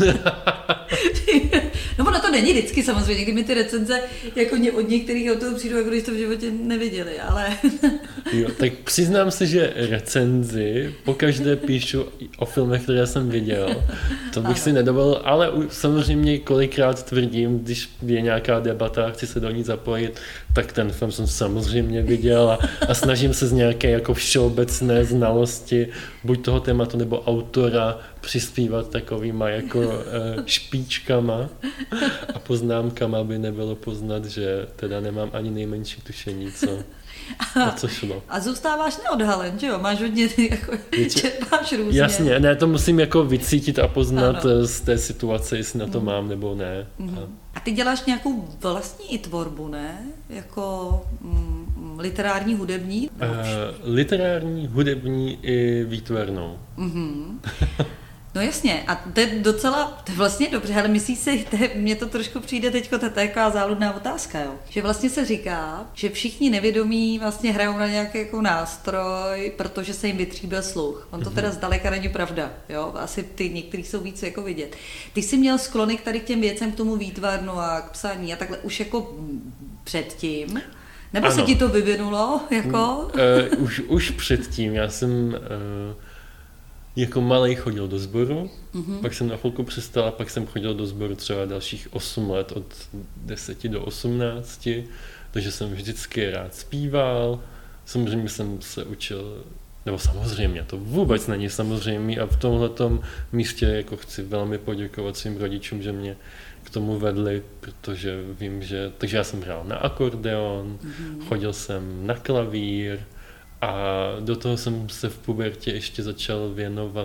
No ono to není vždycky samozřejmě, kdy mi ty recenze jako od některých autorů přijdou, jako když to v životě neviděli, ale... Jo, tak přiznám se, že recenzi pokaždé píšu o filmech, které jsem viděl. To bych ano. si nedovolil, ale samozřejmě kolikrát tvrdím, když je nějaká debata a chci se do ní zapojit, tak ten film jsem samozřejmě viděl a, a snažím se z nějaké jako všeobecné znalosti buď toho tématu nebo autora přispívat takovýma jako e, špičkama a poznámkama, aby nebylo poznat, že teda nemám ani nejmenší tušení, co, a, o co šlo. A zůstáváš neodhalen, že jo? Máš hodně, jako, čerpáš různě. Jasně, ne, to musím jako vycítit a poznat ano. z té situace, jestli na to mm. mám nebo ne. Mm. A. a ty děláš nějakou vlastní i tvorbu, ne? Jako mm, literární, hudební? Uh, literární, hudební i výtvarnou. Mm-hmm. No jasně, a to je docela, to je vlastně dobře, ale myslíš si, mně to trošku přijde teďko, to je taková záludná otázka, jo? Že vlastně se říká, že všichni nevědomí vlastně hrajou na nějaký jako nástroj, protože se jim vytříbil sluch. On to teda zdaleka není pravda, jo? Asi ty některý jsou víc jako vidět. Ty jsi měl sklony k tady k těm věcem, k tomu výtvarnu a k psaní a takhle už jako předtím, nebo ano. se ti to vyvinulo, jako? Uh, už, už předtím, já jsem... Uh... Jako malej chodil do sboru, mm-hmm. pak jsem na chvilku přestal a pak jsem chodil do sboru třeba dalších osm let, od deseti do osmnácti, takže jsem vždycky rád zpíval, samozřejmě jsem se učil, nebo samozřejmě, to vůbec není samozřejmě a v tomhletom místě jako chci velmi poděkovat svým rodičům, že mě k tomu vedli, protože vím, že, takže já jsem hrál na akordeon, mm-hmm. chodil jsem na klavír, a do toho jsem se v pubertě ještě začal věnovat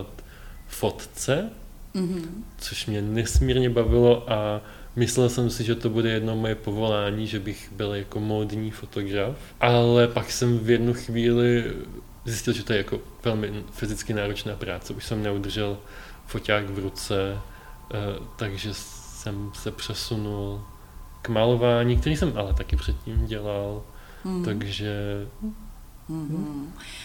fotce, mm-hmm. což mě nesmírně bavilo a myslel jsem si, že to bude jedno moje povolání, že bych byl jako módní fotograf, ale pak jsem v jednu chvíli zjistil, že to je jako velmi fyzicky náročná práce. Už jsem neudržel foťák v ruce, takže jsem se přesunul k malování, který jsem ale taky předtím dělal, mm. takže... Mm-hmm.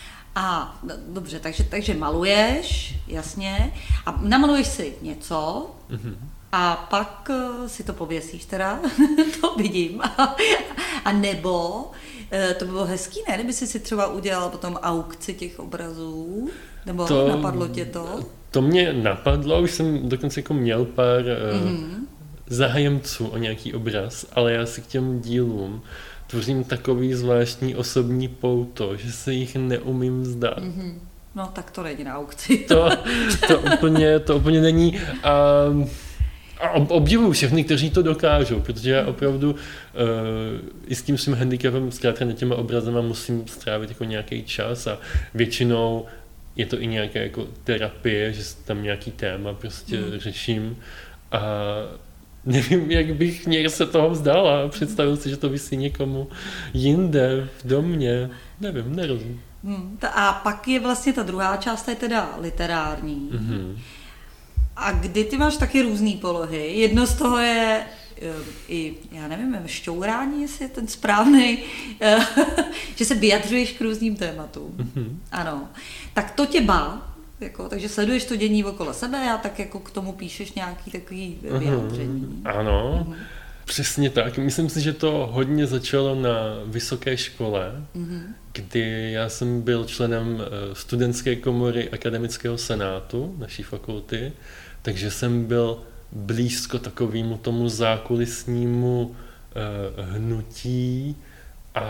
A dobře, takže, takže maluješ, jasně, a namaluješ si něco mm-hmm. a pak si to pověsíš teda, to vidím, a, a nebo to by bylo hezký, ne, kdyby si si třeba udělal potom aukci těch obrazů, nebo to, napadlo tě to? To mě napadlo, už jsem dokonce jako měl pár mm-hmm. zájemců o nějaký obraz, ale já si k těm dílům tvořím takový zvláštní osobní pouto, že se jich neumím vzdát. Mm-hmm. No tak to nejde na aukci. To, to, úplně, to úplně není. A, a obdivuju všechny, kteří to dokážou, protože já opravdu uh, i s tím svým handicapem, zkrátka na těma obrazama musím strávit jako nějaký čas a většinou je to i nějaká jako terapie, že tam nějaký téma prostě mm. řeším a nevím, jak bych někde se toho vzdal a představil si, že to visí někomu jinde v domě. Nevím, nerozumím. Hmm, a pak je vlastně ta druhá část, je teda literární. Mm-hmm. A kdy ty máš taky různé polohy. Jedno z toho je i, já nevím, šťourání, jestli je ten správný, že se vyjadřuješ k různým tématům. Mm-hmm. Ano. Tak to tě bá. Jako, takže sleduješ to dění okolo sebe a tak jako k tomu píšeš nějaký takový vyjádření. Ano, uh-huh. Přesně tak. Myslím si, že to hodně začalo na vysoké škole, uh-huh. kdy já jsem byl členem studentské komory akademického senátu naší fakulty, takže jsem byl blízko takovému tomu zákulisnímu uh, hnutí a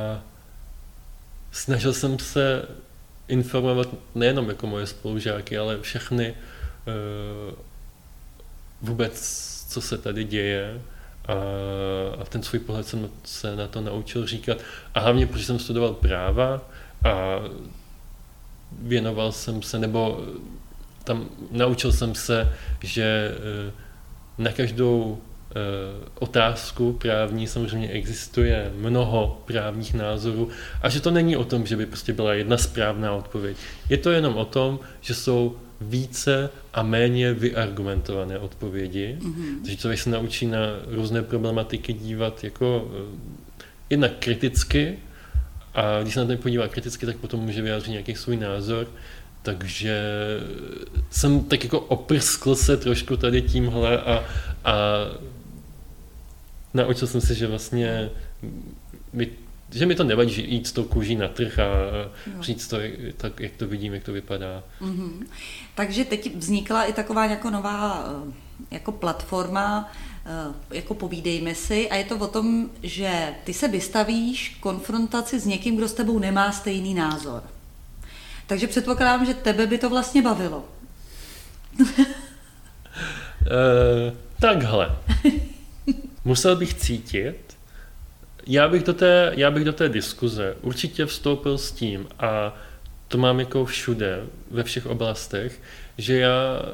snažil jsem se informovat nejenom jako moje spolužáky, ale všechny uh, vůbec, co se tady děje, a, a ten svůj pohled jsem se na to naučil říkat. A hlavně, protože jsem studoval práva a věnoval jsem se, nebo tam naučil jsem se, že na každou otázku právní samozřejmě existuje mnoho právních názorů a že to není o tom, že by prostě byla jedna správná odpověď. Je to jenom o tom, že jsou více a méně vyargumentované odpovědi. Mm-hmm. Takže člověk se naučí na různé problematiky dívat jako jednak kriticky a když se na to podívá kriticky, tak potom může vyjádřit nějaký svůj názor. Takže jsem tak jako oprskl se trošku tady tímhle a, a naučil jsem se, že vlastně mi, že mi to nevadí, že jít s tou kůží na trh a jo. říct to, tak, jak to vidím, jak to vypadá. Mm-hmm. Takže teď vznikla i taková jako nová jako platforma, jako povídejme si, a je to o tom, že ty se vystavíš konfrontaci s někým, kdo s tebou nemá stejný názor. Takže předpokládám, že tebe by to vlastně bavilo. e, takhle. Musel bych cítit, já bych, do té, já bych do té diskuze určitě vstoupil s tím, a to mám jako všude, ve všech oblastech, že já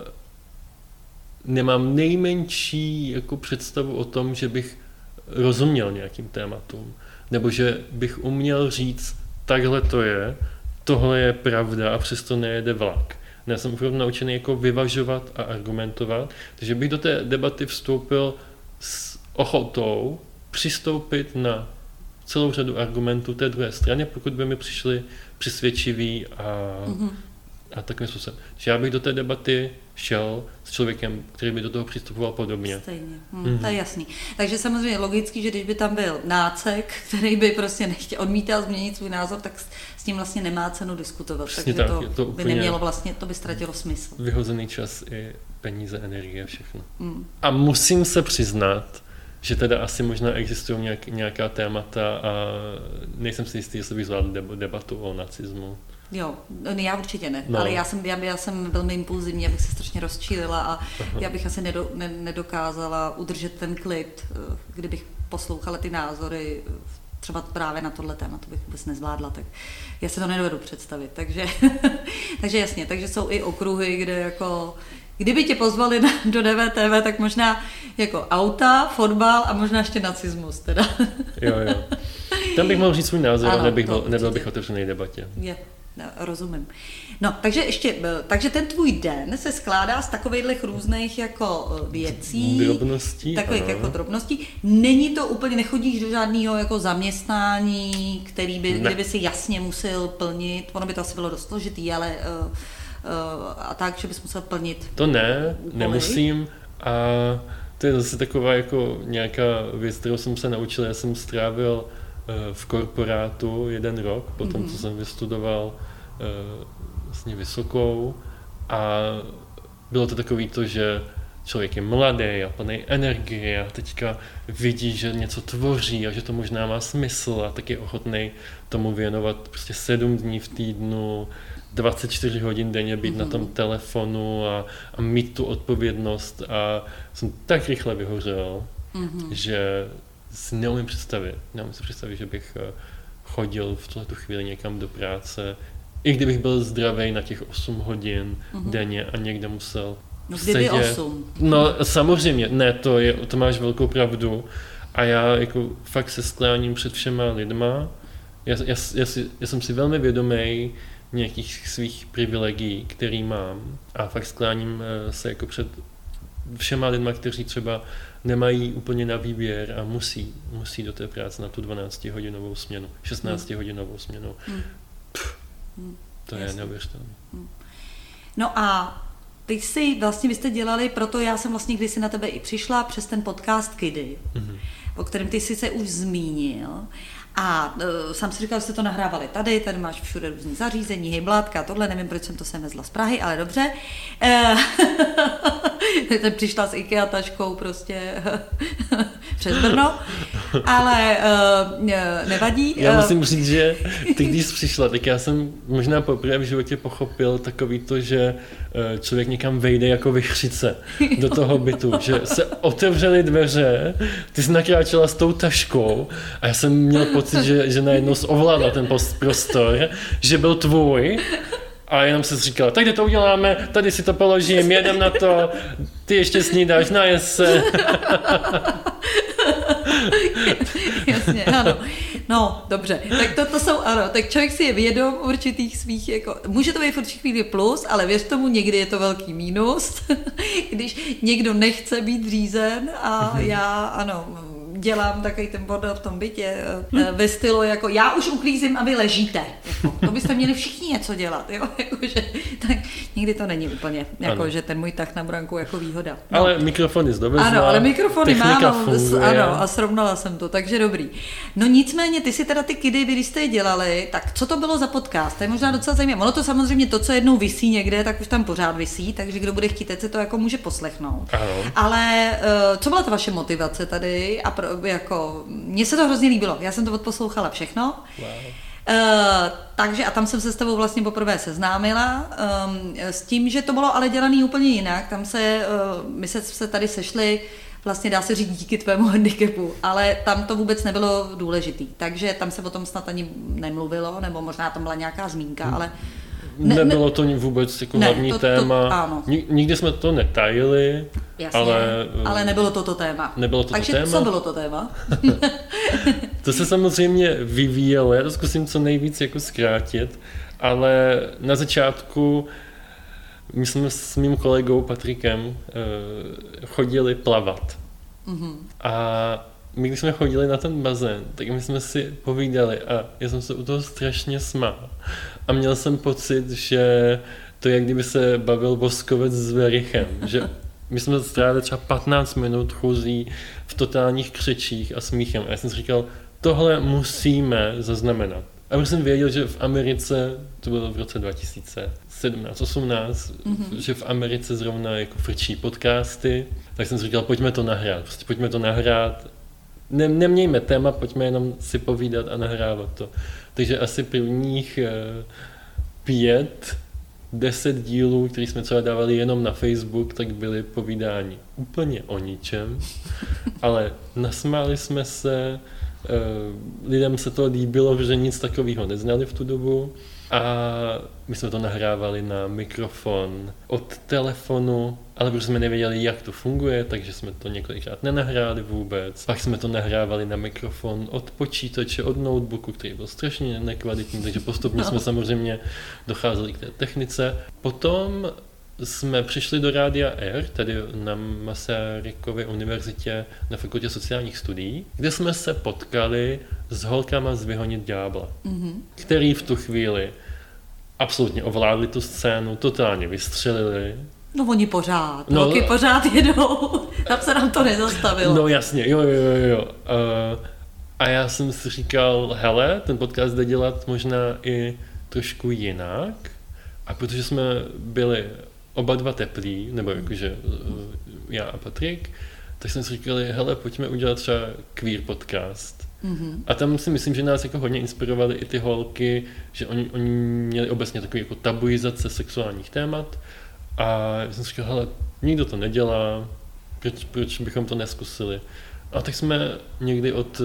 nemám nejmenší jako představu o tom, že bych rozuměl nějakým tématům, nebo že bych uměl říct, takhle to je, tohle je pravda a přesto nejede vlak. Já jsem opravdu naučený jako vyvažovat a argumentovat, takže bych do té debaty vstoupil s ochotou přistoupit na celou řadu argumentů té druhé strany, pokud by mi přišli přesvědčiví a, mm-hmm. a takovým způsobem. Takže já bych do té debaty šel s člověkem, který by do toho přistupoval podobně. Stejně, hm, mm-hmm. to je jasný. Takže samozřejmě logicky, že když by tam byl nácek, který by prostě nechtěl, odmítal změnit svůj názor, tak s tím vlastně nemá cenu diskutovat. Přesně takže tak, to, to by nemělo vlastně, to by ztratilo smysl. Vyhozený čas i peníze, energie, všechno. Mm. A musím se přiznat, že teda asi možná existují nějak, nějaká témata a nejsem si jistý, jestli bych zvládl debatu o nacismu. Jo, já určitě ne, no. ale já jsem, já, já jsem velmi impulzivní, já bych se strašně rozčílila a Aha. já bych asi nedo, ne, nedokázala udržet ten klid, kdybych poslouchala ty názory, třeba právě na tohle téma, to bych vůbec nezvládla, tak já se to nedovedu představit, takže, takže jasně, takže jsou i okruhy, kde jako, kdyby tě pozvali na, do D V T V, tak možná jako auta, fotbal a možná ještě nacismus teda. Jo, jo. Tam bych mohl říct svůj názor, ano, ale bych byl, nebyl bych otevřený debatě. Je, no, rozumím. No, takže ještě, takže ten tvůj den se skládá z takových různých jako věcí. Drobností. Takových ano. jako drobností. Není to úplně, nechodíš do žádného jako zaměstnání, který by, kdyby si jasně musel plnit, ono by to asi bylo dost složitý, ale uh, uh, a tak, že bys musel plnit. To ne, úkoly. Nemusím a to je zase taková jako nějaká věc, kterou jsem se naučil. Já jsem strávil v korporátu jeden rok, potom mm-hmm. co jsem vystudoval uh, vlastně vysokou a bylo to takový to, že člověk je mladý a plný energie a teďka vidí, že něco tvoří a že to možná má smysl a tak je ochotný tomu věnovat prostě sedm dní v týdnu, dvacet čtyři hodin denně být mm-hmm. na tom telefonu a, a mít tu odpovědnost a jsem tak rychle vyhořel, mm-hmm. že si neumím představit, neumím si představit, že bych chodil v tuhle chvíli někam do práce, i kdybych byl zdravý na těch osm hodin mm-hmm. denně a někde musel no, sedět. osm. No samozřejmě, ne, to, je, to máš velkou pravdu a já jako fakt se skláním před všema lidma. Já, já, já, si, já jsem si velmi vědomý nějakých svých privilegií, který mám a fakt skláním se jako před všema lidma, kteří třeba nemají úplně na výběr a musí, musí do té práce na tu dvanáctihodinovou směnu, šestnáctihodinovou směnu. Hmm. Pff, to Jasně. je neuvěřitelné. Hmm. No a ty jsi, vlastně vy jste dělali, proto já jsem vlastně kdysi na tebe i přišla přes ten podcast Kidy, hmm. o kterém ty jsi se už zmínil. A uh, sám si říkal, že jste to nahrávali tady, tady máš všude různý zařízení, hejblátka, tohle, nevím, proč jsem to sem vezla z Prahy, ale dobře. Jsem přišla s IKEA taškou prostě přes Brno. ale uh, nevadí. Já musím říct, že ty, když jsi přišla, tak já jsem možná poprvé v životě pochopil takový to, že člověk někam vejde jako vichřice do toho bytu, že se otevřely dveře, ty jsi nakráčela s tou taškou a já jsem měl pocit, že, že najednou ovládla ten prostor, že byl tvůj. A jenom se říkala, tak kde to uděláme, tady si to položím, jedem na to, ty ještě snídáš, najes se. Jasně, ano. No, dobře. Tak to, to jsou, ano, tak člověk si je vědom určitých svých, jako, může to být v určitých chvíli plus, ale věř tomu, někdy je to velký mínus, když někdo nechce být řízen a já, ano, dělám takový ten bordel v tom bytě ve stylu jako já už uklízím a vy ležíte. Jako, to byste měli všichni něco dělat. Jo? Jako, že, tak někdy to není úplně, jako, že ten můj tah na branku jako výhoda. No. Ale mikrofony zdovezla. Ano, ale mikrofony mám ano, a srovnala jsem to, takže dobrý. No nicméně, ty si teda ty kidy, vy když jste je dělali, tak co to bylo za podcast? To je možná docela zajímavé. Ono to samozřejmě to, co jednou visí někde, tak už tam pořád visí, takže kdo bude chtít, teď se to jako může poslechnout. Ano. Ale co byla ta vaše motivace tady? A pro, jako, mně se to hrozně líbilo. Já jsem to odposlouchala všechno. Wow. Uh, takže a tam jsem se s tebou vlastně poprvé seznámila um, s tím, že to bylo ale dělaný úplně jinak. Tam se, uh, my se, se tady sešli, vlastně dá se říct díky tvému handicapu, ale tam to vůbec nebylo důležitý. Takže tam se o tom snad ani nemluvilo, nebo možná tam byla nějaká zmínka, hmm. ale Ne, Nebylo to vůbec jako ne, hlavní to, téma. Ano. Nikdy jsme to netajili. Jasně, ale, ale nebylo to to téma. Nebylo to Takže to téma. co bylo to téma? To se samozřejmě vyvíjelo, já to zkusím co nejvíc jako zkrátit, ale na začátku my jsme s mým kolegou Patrikem chodili plavat. Mm-hmm. A my když jsme chodili na ten bazén, tak my jsme si povídali a já jsem se u toho strašně smál. A měl jsem pocit, že to je, jak kdyby se bavil Voskovec s Verichem, že my jsme strávili třeba patnáct minut chůzí v totálních křečích a smíchem. A já jsem si říkal, tohle musíme zaznamenat. A už jsem věděl, že v Americe, to bylo v roce dva tisíce sedmnáct osmnáct, mm-hmm. že v Americe zrovna jako frčí podcasty, tak jsem si říkal, pojďme to nahrát, prostě pojďme to nahrát. Ne, nemějme téma, pojďme jenom si povídat a nahrávat to. Takže asi prvních eh, pět, deset dílů, které jsme třeba dávali jenom na Facebook, tak byly povídání úplně o ničem, ale nasmáli jsme se, eh, lidem se to líbilo, že nic takového neznali v tu dobu a my jsme to nahrávali na mikrofon od telefonu, ale protože jsme nevěděli, jak to funguje, takže jsme to několikrát nenahráli vůbec. Pak jsme to nahrávali na mikrofon od počítače, od notebooku, který byl strašně nekvalitní, takže postupně jsme samozřejmě docházeli k té technice. Potom jsme přišli do Rádia R, tady na Masarykově univerzitě na fakultě sociálních studií, kde jsme se potkali s holkama z Vyhonit ďábla, mm-hmm. který v tu chvíli absolutně ovládli tu scénu, totálně vystřelili. No oni pořád, no, holky pořád jedou, tam se nám to nezastavilo. No jasně, jo, jo, jo, jo. Uh, a já jsem si říkal, hele, ten podcast jde dělat možná i trošku jinak, a protože jsme byli oba dva teplí, nebo jakože já a Patrik, tak jsme si říkali, hele, pojďme udělat třeba queer podcast. Mm-hmm. A tam si myslím, že nás jako hodně inspirovaly i ty holky, že oni, oni měli obecně takový jako tabuizace sexuálních témat. A já jsem si říkal, hele, nikdo to nedělá, proč, proč bychom to neskusili. A tak jsme někdy od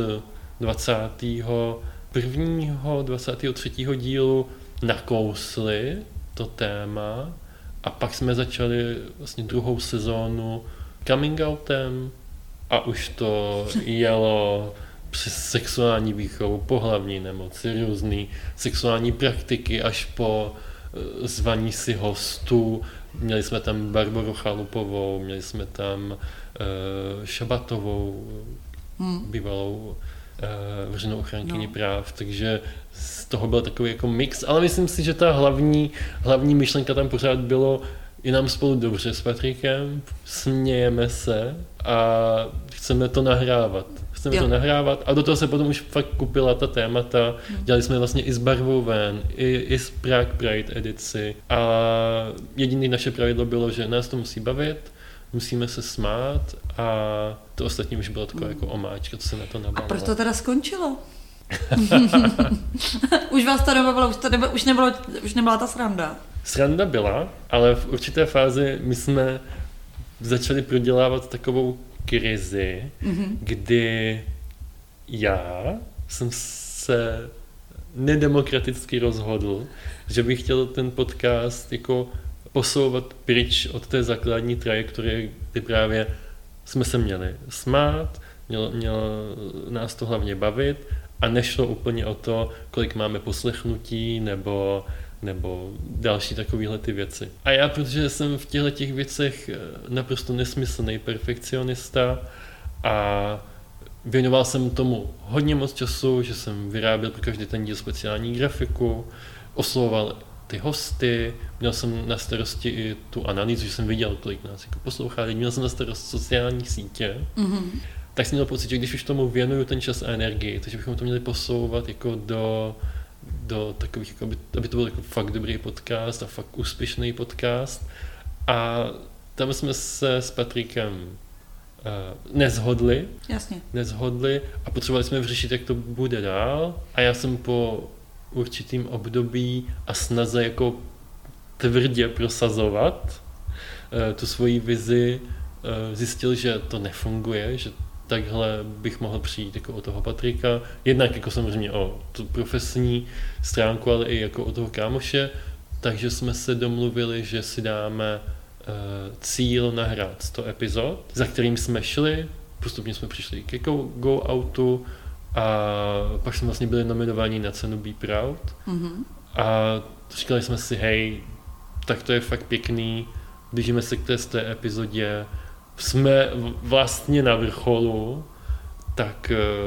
dvacátého prvního, dvacátého třetího dílu nakousli to téma a pak jsme začali vlastně druhou sezónu coming outem a už to jelo přes sexuální výchovu, pohlavní nemoci, různý sexuální praktiky až po zvaní si hostů. Měli jsme tam Barboru Chalupovou, měli jsme tam uh, Šabatovou, hmm. bývalou uh, veřejnou ochránkyni no. práv, takže z toho byl takový jako mix, ale myslím si, že ta hlavní, hlavní myšlenka tam pořád bylo, je nám spolu dobře s Patrikem, smějeme se a chceme to nahrávat. Chceme jo. to nahrávat a do toho se potom už fakt kupila ta témata. Dělali jsme vlastně i s Barvou ven, i, i s Prague Pride edici a jediné naše pravidlo bylo, že nás to musí bavit, musíme se smát a to ostatní už bylo taková jako omáčka, co se na to nabalilo. A proč to teda skončilo? Už vás to nebavilo, už, to nebylo, už, nebylo, už nebyla ta sranda. Sranda byla, ale v určité fázi my jsme začali prodělávat takovou krizi, mm-hmm. kdy já jsem se nedemokraticky rozhodl, že bych chtěl ten podcast jako posouvat pryč od té základní trajektorie, kdy právě jsme se měli smát, mělo, mělo nás to hlavně bavit a nešlo úplně o to, kolik máme poslechnutí nebo, nebo další takovéhle ty věci. A já, protože jsem v těchto těch věcech naprosto nesmyslný perfekcionista a věnoval jsem tomu hodně moc času, že jsem vyráběl pro každý ten díl speciální grafiku, oslovoval ty hosty, měl jsem na starosti i tu analýzu, že jsem viděl, kolik nás jako poslouchá, měl jsem na starost sociální sítě, mm-hmm. tak jsem měl pocit, že když už tomu věnuju ten čas a energii, takže bychom to měli posouvat jako do, do takových, jako aby, aby to byl jako fakt dobrý podcast a fakt úspěšný podcast. A tam jsme se s Patrikem uh, nezhodli, Jasně. nezhodli a potřebovali jsme vyřešit, jak to bude dál. A já jsem po určitým období a snaze jako tvrdě prosazovat uh, tu svoji vizi, uh, zjistil, že to nefunguje, že takhle bych mohl přijít jako od toho Patrika, jednak jako samozřejmě o tu profesní stránku, ale i jako od toho kámoše, takže jsme se domluvili, že si dáme uh, cíl nahrát sto epizod, za kterým jsme šli, postupně jsme přišli ke Go Outu a pak jsme vlastně byli nominováni na cenu Be Proud mm-hmm. a říkali jsme si, hej, tak to je fakt pěkný, blížíme se k té sté epizodě, jsme vlastně na vrcholu, tak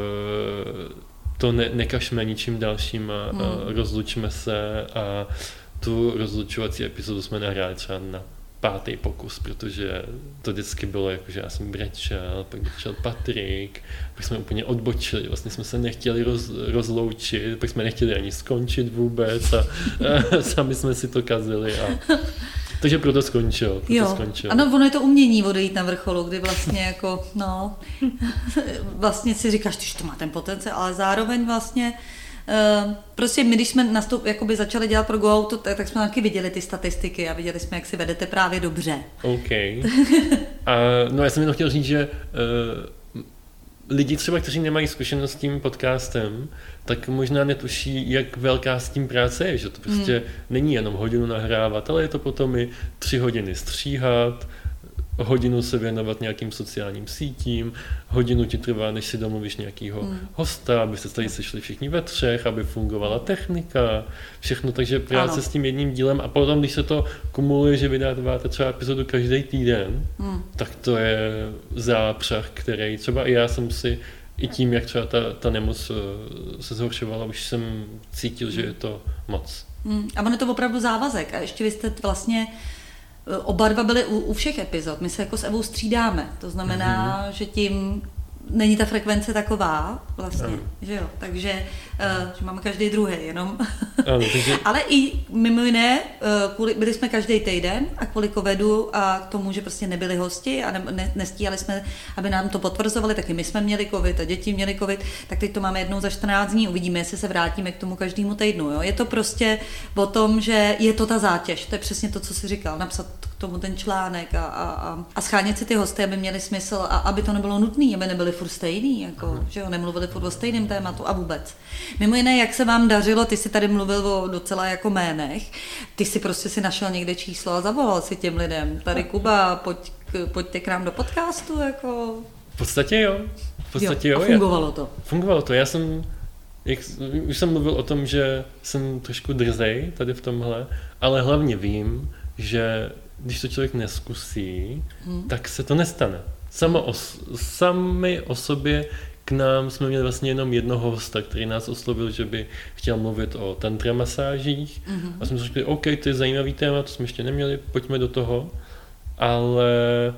to ne, nekažme ničím dalším a, hmm. a rozlučme se a tu rozlučovací epizodu jsme nahráli třeba na pátý pokus, protože to vždycky bylo jako, že já jsem brečel, pak brečel Patrik, pak jsme úplně odbočili, vlastně jsme se nechtěli roz, rozloučit, pak jsme nechtěli ani skončit vůbec a, a sami jsme si to kazili a takže proto skončil. Proto jo, skončil. Ano, ono je to umění odejít na vrcholu, kdy vlastně jako, no, vlastně si říkáš, že to má ten potenciál, ale zároveň vlastně, uh, prostě my, když jsme nastup, jakoby začali dělat pro Go Out, tak, tak jsme taky viděli ty statistiky a viděli jsme, jak si vedete právě dobře. OK. A, no já jsem jenom chtěl říct, že uh, lidi třeba, kteří nemají zkušenost s tím podcastem, tak možná netuší, jak velká s tím práce je, že to prostě hmm. není jenom hodinu nahrávat, ale je to potom i tři hodiny stříhat, hodinu se věnovat nějakým sociálním sítím, hodinu ti trvá, než si domluvíš nějakýho hmm. hosta, aby se tady sešli všichni ve třech, aby fungovala technika, všechno, takže práce ano. s tím jedním dílem a potom, když se to kumuluje, že vydáváte třeba epizodu každý týden, hmm. tak to je zápřah, který třeba i já jsem si i tím, jak třeba ta, ta nemoc se zhoršovala, už jsem cítil, že je to moc. Hmm. A ono je to opravdu závazek a ještě vy jste vlastně oba dva byli u, u všech epizod. My se jako s Evou střídáme. To znamená, mm-hmm. že tím není ta frekvence taková vlastně, ano. že jo. Takže uh, že máme každý druhý jenom. Ano, takže... Ale i mimo jiné, uh, kvůli, byli jsme každý týden a kvůli covidu a k tomu, že prostě nebyli hosti a ne, ne, nestíhali jsme, aby nám to potvrzovali, taky my jsme měli covid a děti měli covid, tak teď to máme jednou za čtrnáct dní. Uvidíme, jestli se vrátíme k tomu každému týdnu. Jo. Je to prostě o tom, že je to ta zátěž. To je přesně to, co jsi říkal. Napsat k tomu ten článek a, a, a, a schánět si ty hosty, aby měli smysl a aby to nebylo nutné, aby nebyli furt stejný, jako, že jo, nemluvili furt o stejném tématu a vůbec. Mimo jiné, jak se vám dařilo, ty jsi tady mluvil o docela jako jménech, ty si prostě si našel někde číslo a zavolal si těm lidem. Tady Kuba, pojď, pojďte k nám do podcastu, jako... V podstatě jo. V podstatě jo. jo. A fungovalo to. Fungovalo to. Já jsem, jak, už jsem mluvil o tom, že jsem trošku drzej tady v tomhle, ale hlavně vím, že když to člověk neskusí, hmm. tak se to nestane. Samo o, sami o sobě k nám jsme měli vlastně jenom jednoho hosta, který nás oslovil, že by chtěl mluvit o tantra masážích. Mm-hmm. A jsme si řekli, OK, to je zajímavý téma, to jsme ještě neměli, pojďme do toho. Ale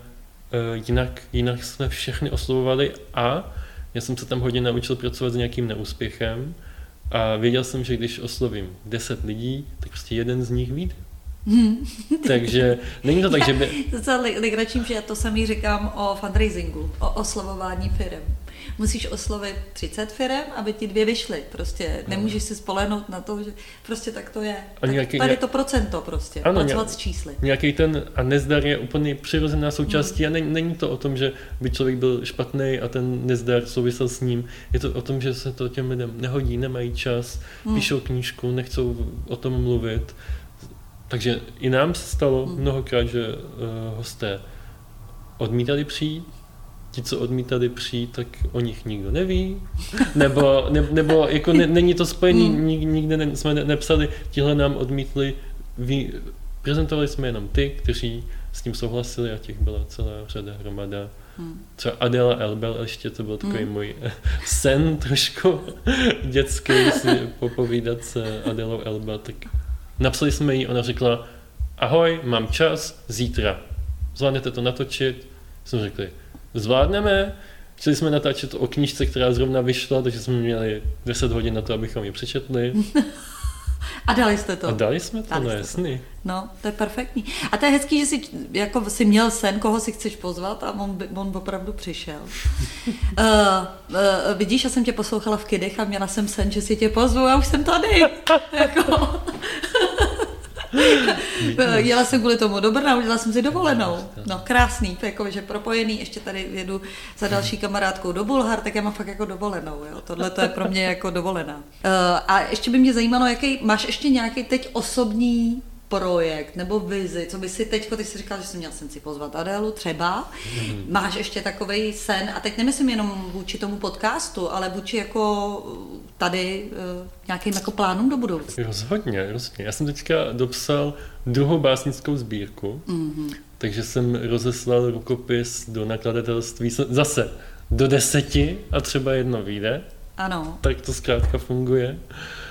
uh, jinak, jinak jsme všechny oslovovali a já jsem se tam hodně naučil pracovat s nějakým neúspěchem a věděl jsem, že když oslovím deset lidí, tak prostě jeden z nich vyjde. Takže není to tak, že by... To je legračím, že já to samý říkám o fundraisingu, o oslovování firem. Musíš oslovit třicet firem, aby ti dvě vyšly. Prostě nemůžeš si spolehnout na to, že prostě tak to je. Tak nějaký, tady to procento prostě, ano, pracovat s čísly. Nějaký ten a nezdar je úplně přirozená součástí hmm. a není, není to o tom, že by člověk byl špatný a ten nezdar souvisel s ním. Je to o tom, že se to těm lidem nehodí, nemají čas, hmm. píšou knížku, nechcou o tom mluvit. Takže i nám se stalo hmm. mnohokrát, že uh, hosté odmítali přijít. Ti, co odmítali přijít, tak o nich nikdo neví, nebo, ne, nebo jako ne, není to spojený, mm. nik, nikde ne, jsme ne, nepsali, tihle nám odmítli, ví, prezentovali jsme jenom ty, kteří s tím souhlasili a těch byla celá řada hromada. Mm. Třeba Adela Elbel, ještě to byl takový mm. můj sen trošku dětský, si popovídat s Adelou Elbel, tak napsali jsme jí, ona řekla, ahoj, mám čas, zítra, zvládnete to natočit, jsme řekli, zvládneme, chtěli jsme natáčet o knížce, která zrovna vyšla, takže jsme měli deset hodin na to, abychom ji přečetli. A dali jste to. A dali jsme to, dali no jasný. No, to je perfektní. A to je hezký, že jsi, jako jsi měl sen, koho si chceš pozvat a on, on opravdu přišel. uh, uh, vidíš, já jsem tě poslouchala v Kidech a měla jsem sen, že si tě pozvu a už jsem tady. jako... Jela jsem kvůli tomu do Brna, udělala jsem si dovolenou. No krásný, jako, že propojený, ještě tady jedu za další kamarádkou do Bulhar, tak já mám fakt jako dovolenou. Jo. Tohle to je pro mě jako dovolená. Uh, a ještě by mě zajímalo, jaký, máš ještě nějaký teď osobní projekt nebo vizi, co by si teďko, ty jsi říkal, že jsi měl sen si pozvat Adélu třeba, mm. máš ještě takovej sen, a teď nemyslím jenom vůči tomu podcastu, ale vůči jako tady uh, nějakým jako plánům do budoucna. Rozhodně, rozhodně. Já jsem teďka dopsal druhou básnickou sbírku, mm-hmm. takže jsem rozeslal rukopis do nakladatelství zase do deseti a třeba jedno vyjde. Ano. Tak to zkrátka funguje.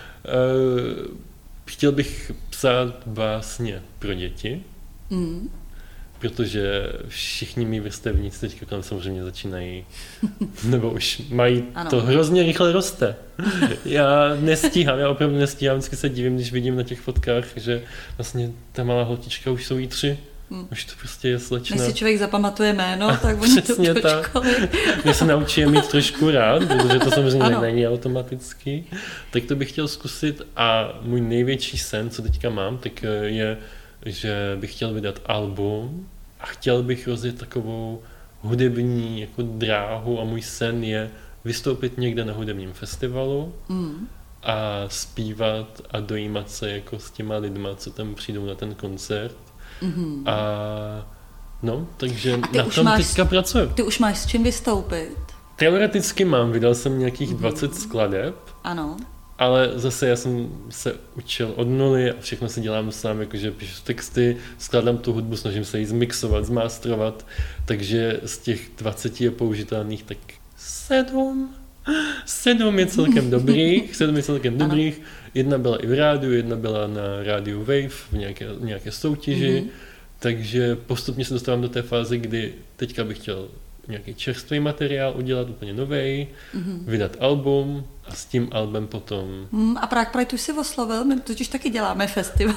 Uh, Chtěl bych psát básně pro děti, mm. protože všichni mý vrstevníci teďka tam samozřejmě začínají, nebo už mají, ano. To hrozně rychle roste. Já nestíhám, já opravdu nestíhám, vždycky se divím, když vidím na těch fotkách, že vlastně ta malá holčička už jsou jí tři. Hmm. Už to prostě je slečna. Než si člověk zapamatuje jméno, tak oni to do školy. Mě se naučí mít trošku rád, protože to samozřejmě ano. není automaticky. Tak to bych chtěl zkusit a můj největší sen, co teďka mám, tak je, že bych chtěl vydat album a chtěl bych rozjet takovou hudební jako dráhu a můj sen je vystoupit někde na hudebním festivalu hmm. a zpívat a dojímat se jako s těma lidma, co tam přijdou na ten koncert. Mm-hmm. A no, takže na tom máš, teďka pracuji. Ty už máš s čím vystoupit? Teoreticky mám, vydal jsem nějakých mm-hmm. dvacet skladeb. Ano. Ale zase já jsem se učil od nuly a všechno si dělám sám, jakože píšu texty, skládám tu hudbu, snažím se ji zmixovat, zmástrovat, takže z těch dvaceti je použitelných tak sedm. Sedm je celkem dobrých, sedm je celkem dobrých. Jedna byla i v rádiu, jedna byla na rádiu Wave v nějaké, nějaké soutěži, mm-hmm. takže postupně se dostávám do té fáze, kdy teďka bych chtěl nějaký čerstvý materiál udělat, úplně novej, mm-hmm. vydat album a s tím albem potom... Mm, a Prague Pride už si oslovil, my totiž taky děláme festival.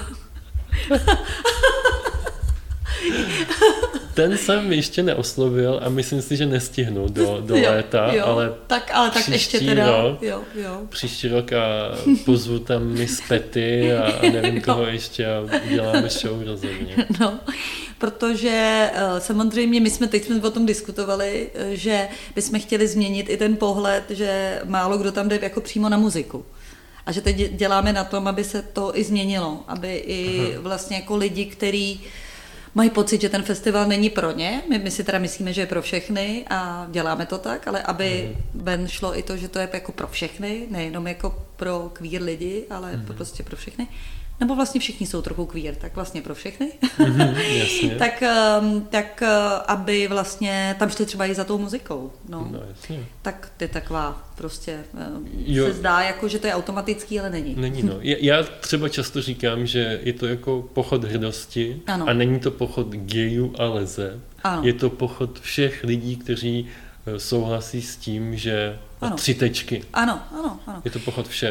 Ten jsem ještě neoslovil a myslím si, že nestihnu do, do jo, léta, jo, ale, tak, ale tak ještě teda, rok, jo, jo. příští rok a pozvu tam Miss Petty a, a nevím no. koho ještě a uděláme show rozhodně. No, protože samozřejmě my jsme teď jsme o tom diskutovali, že bychom chtěli změnit i ten pohled, že málo kdo tam jde jako přímo na muziku. A že teď děláme na tom, aby se to i změnilo, aby i Aha. vlastně jako lidi, kteří mají pocit, že ten festival není pro ně, my, my si teda myslíme, že je pro všechny a děláme to tak, ale aby mm. ven šlo i to, že to je jako pro všechny, nejenom jako pro queer lidi, ale mm. prostě pro všechny. Nebo vlastně všichni jsou trochu queer, tak vlastně pro všechny. Mm, jasně. tak, tak aby vlastně tam šli třeba i za tou muzikou. No. No, jasně. Tak to je taková prostě, jo. se zdá jako, že to je automatický, ale není. Není, no. Já třeba často říkám, že je to jako pochod hrdosti ano. a není to pochod gayů a leseb. Ano. Je to pochod všech lidí, kteří souhlasí s tím, že tři tečky. Ano, ano, ano. Je to pochod všech.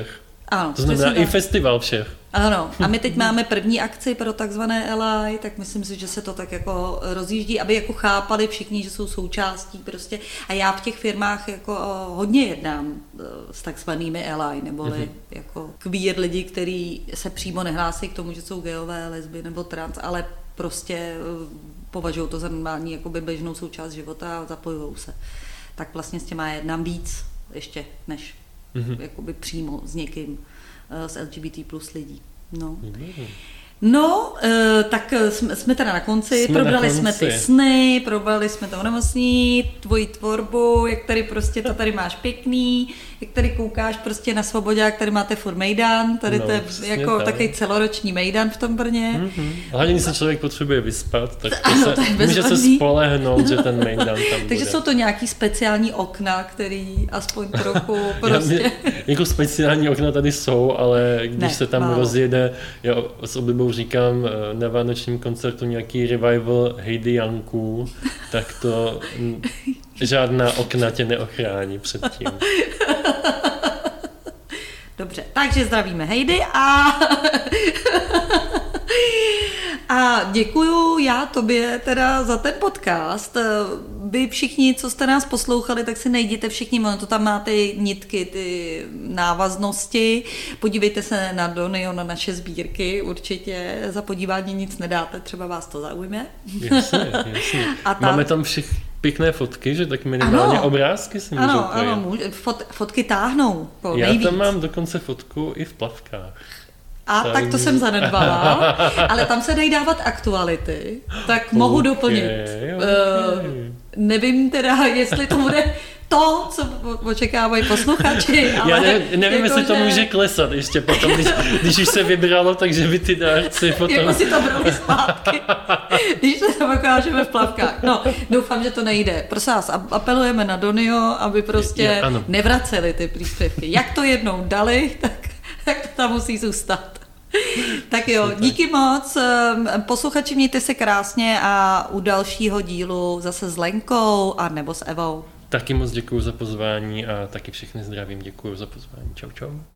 Ano, to znamená přesně i tak. festival všech. Ano, a my teď máme první akci pro takzvané L I, tak myslím si, že se to tak jako rozjíždí, aby jako chápali všichni, že jsou součástí prostě. A já v těch firmách jako hodně jednám s takzvanými L I, neboli mm-hmm. jako queer lidi, kteří se přímo nehlásí k tomu, že jsou gayové, lesby nebo trans, ale prostě považují to za normální jakoby běžnou součást života a zapojují se. Tak vlastně s těma jednám víc ještě, než mm-hmm. jakoby přímo s někým z L G B T plus lidí. No, mm-hmm. no tak jsme teda na konci, jsme probrali na konci. jsme ty sny, probrali jsme to onemocnění, tvoji tvorbu, jak tady prostě to tady máš pěkný, jak tady koukáš prostě na Svobodě, tady máte furt mejdan, tady no, to je jako tak. takový celoroční mejdan v tom Brně. Mm-hmm. Hlavně, když se člověk potřebuje vyspat, tak to ano, se, to může se spolehnout, že ten mejdan tam bude. Takže jsou to nějaký speciální okna, který aspoň trochu prostě... Já, jako speciální okna tady jsou, ale když ne, ne, se tam málo. rozjede, já s oblibou říkám na vánočním koncertu nějaký revival Heidi Janků, tak to žádná okna tě neochrání před tím. Dobře, takže zdravíme Heidi a a děkuju já tobě teda za ten podcast. Vy všichni, co jste nás poslouchali, tak si najděte všichni, ono to tam má ty nitky, ty návaznosti. Podívejte se na Donio, na naše sbírky, určitě za podívání nic nedáte, třeba vás to zaujme. Jasně, jasně. A tam... Máme tam všech pěkné fotky, že tak minimálně ano, obrázky si můžou Ano, ano, může, fot, fotky táhnou. Já nejvíc. tam mám dokonce fotku i v plavkách. A tak, tak to jsem zanedbala, ale tam se dají dávat aktuality, tak okay, mohu doplnit. Okay. Uh, nevím teda, jestli to bude to, co očekávají posluchači, ale... Já ne, nevím, jako jestli že... to může klesat ještě potom, když, když už se vybralo, takže by ty dárci potom... Jako si to brali zpátky, když se to pokážeme v plavkách. No, doufám, že to nejde. Prosím vás, apelujeme na Donio, aby prostě je, je, nevraceli ty příspěvky. Jak to jednou dali, tak, tak to tam musí zůstat. Tak jo, díky moc. Posluchači, mějte se krásně a u dalšího dílu zase s Lenkou a nebo s Evou. Taky moc děkuju za pozvání a taky všechny zdravím, děkuju za pozvání. Čau, čau.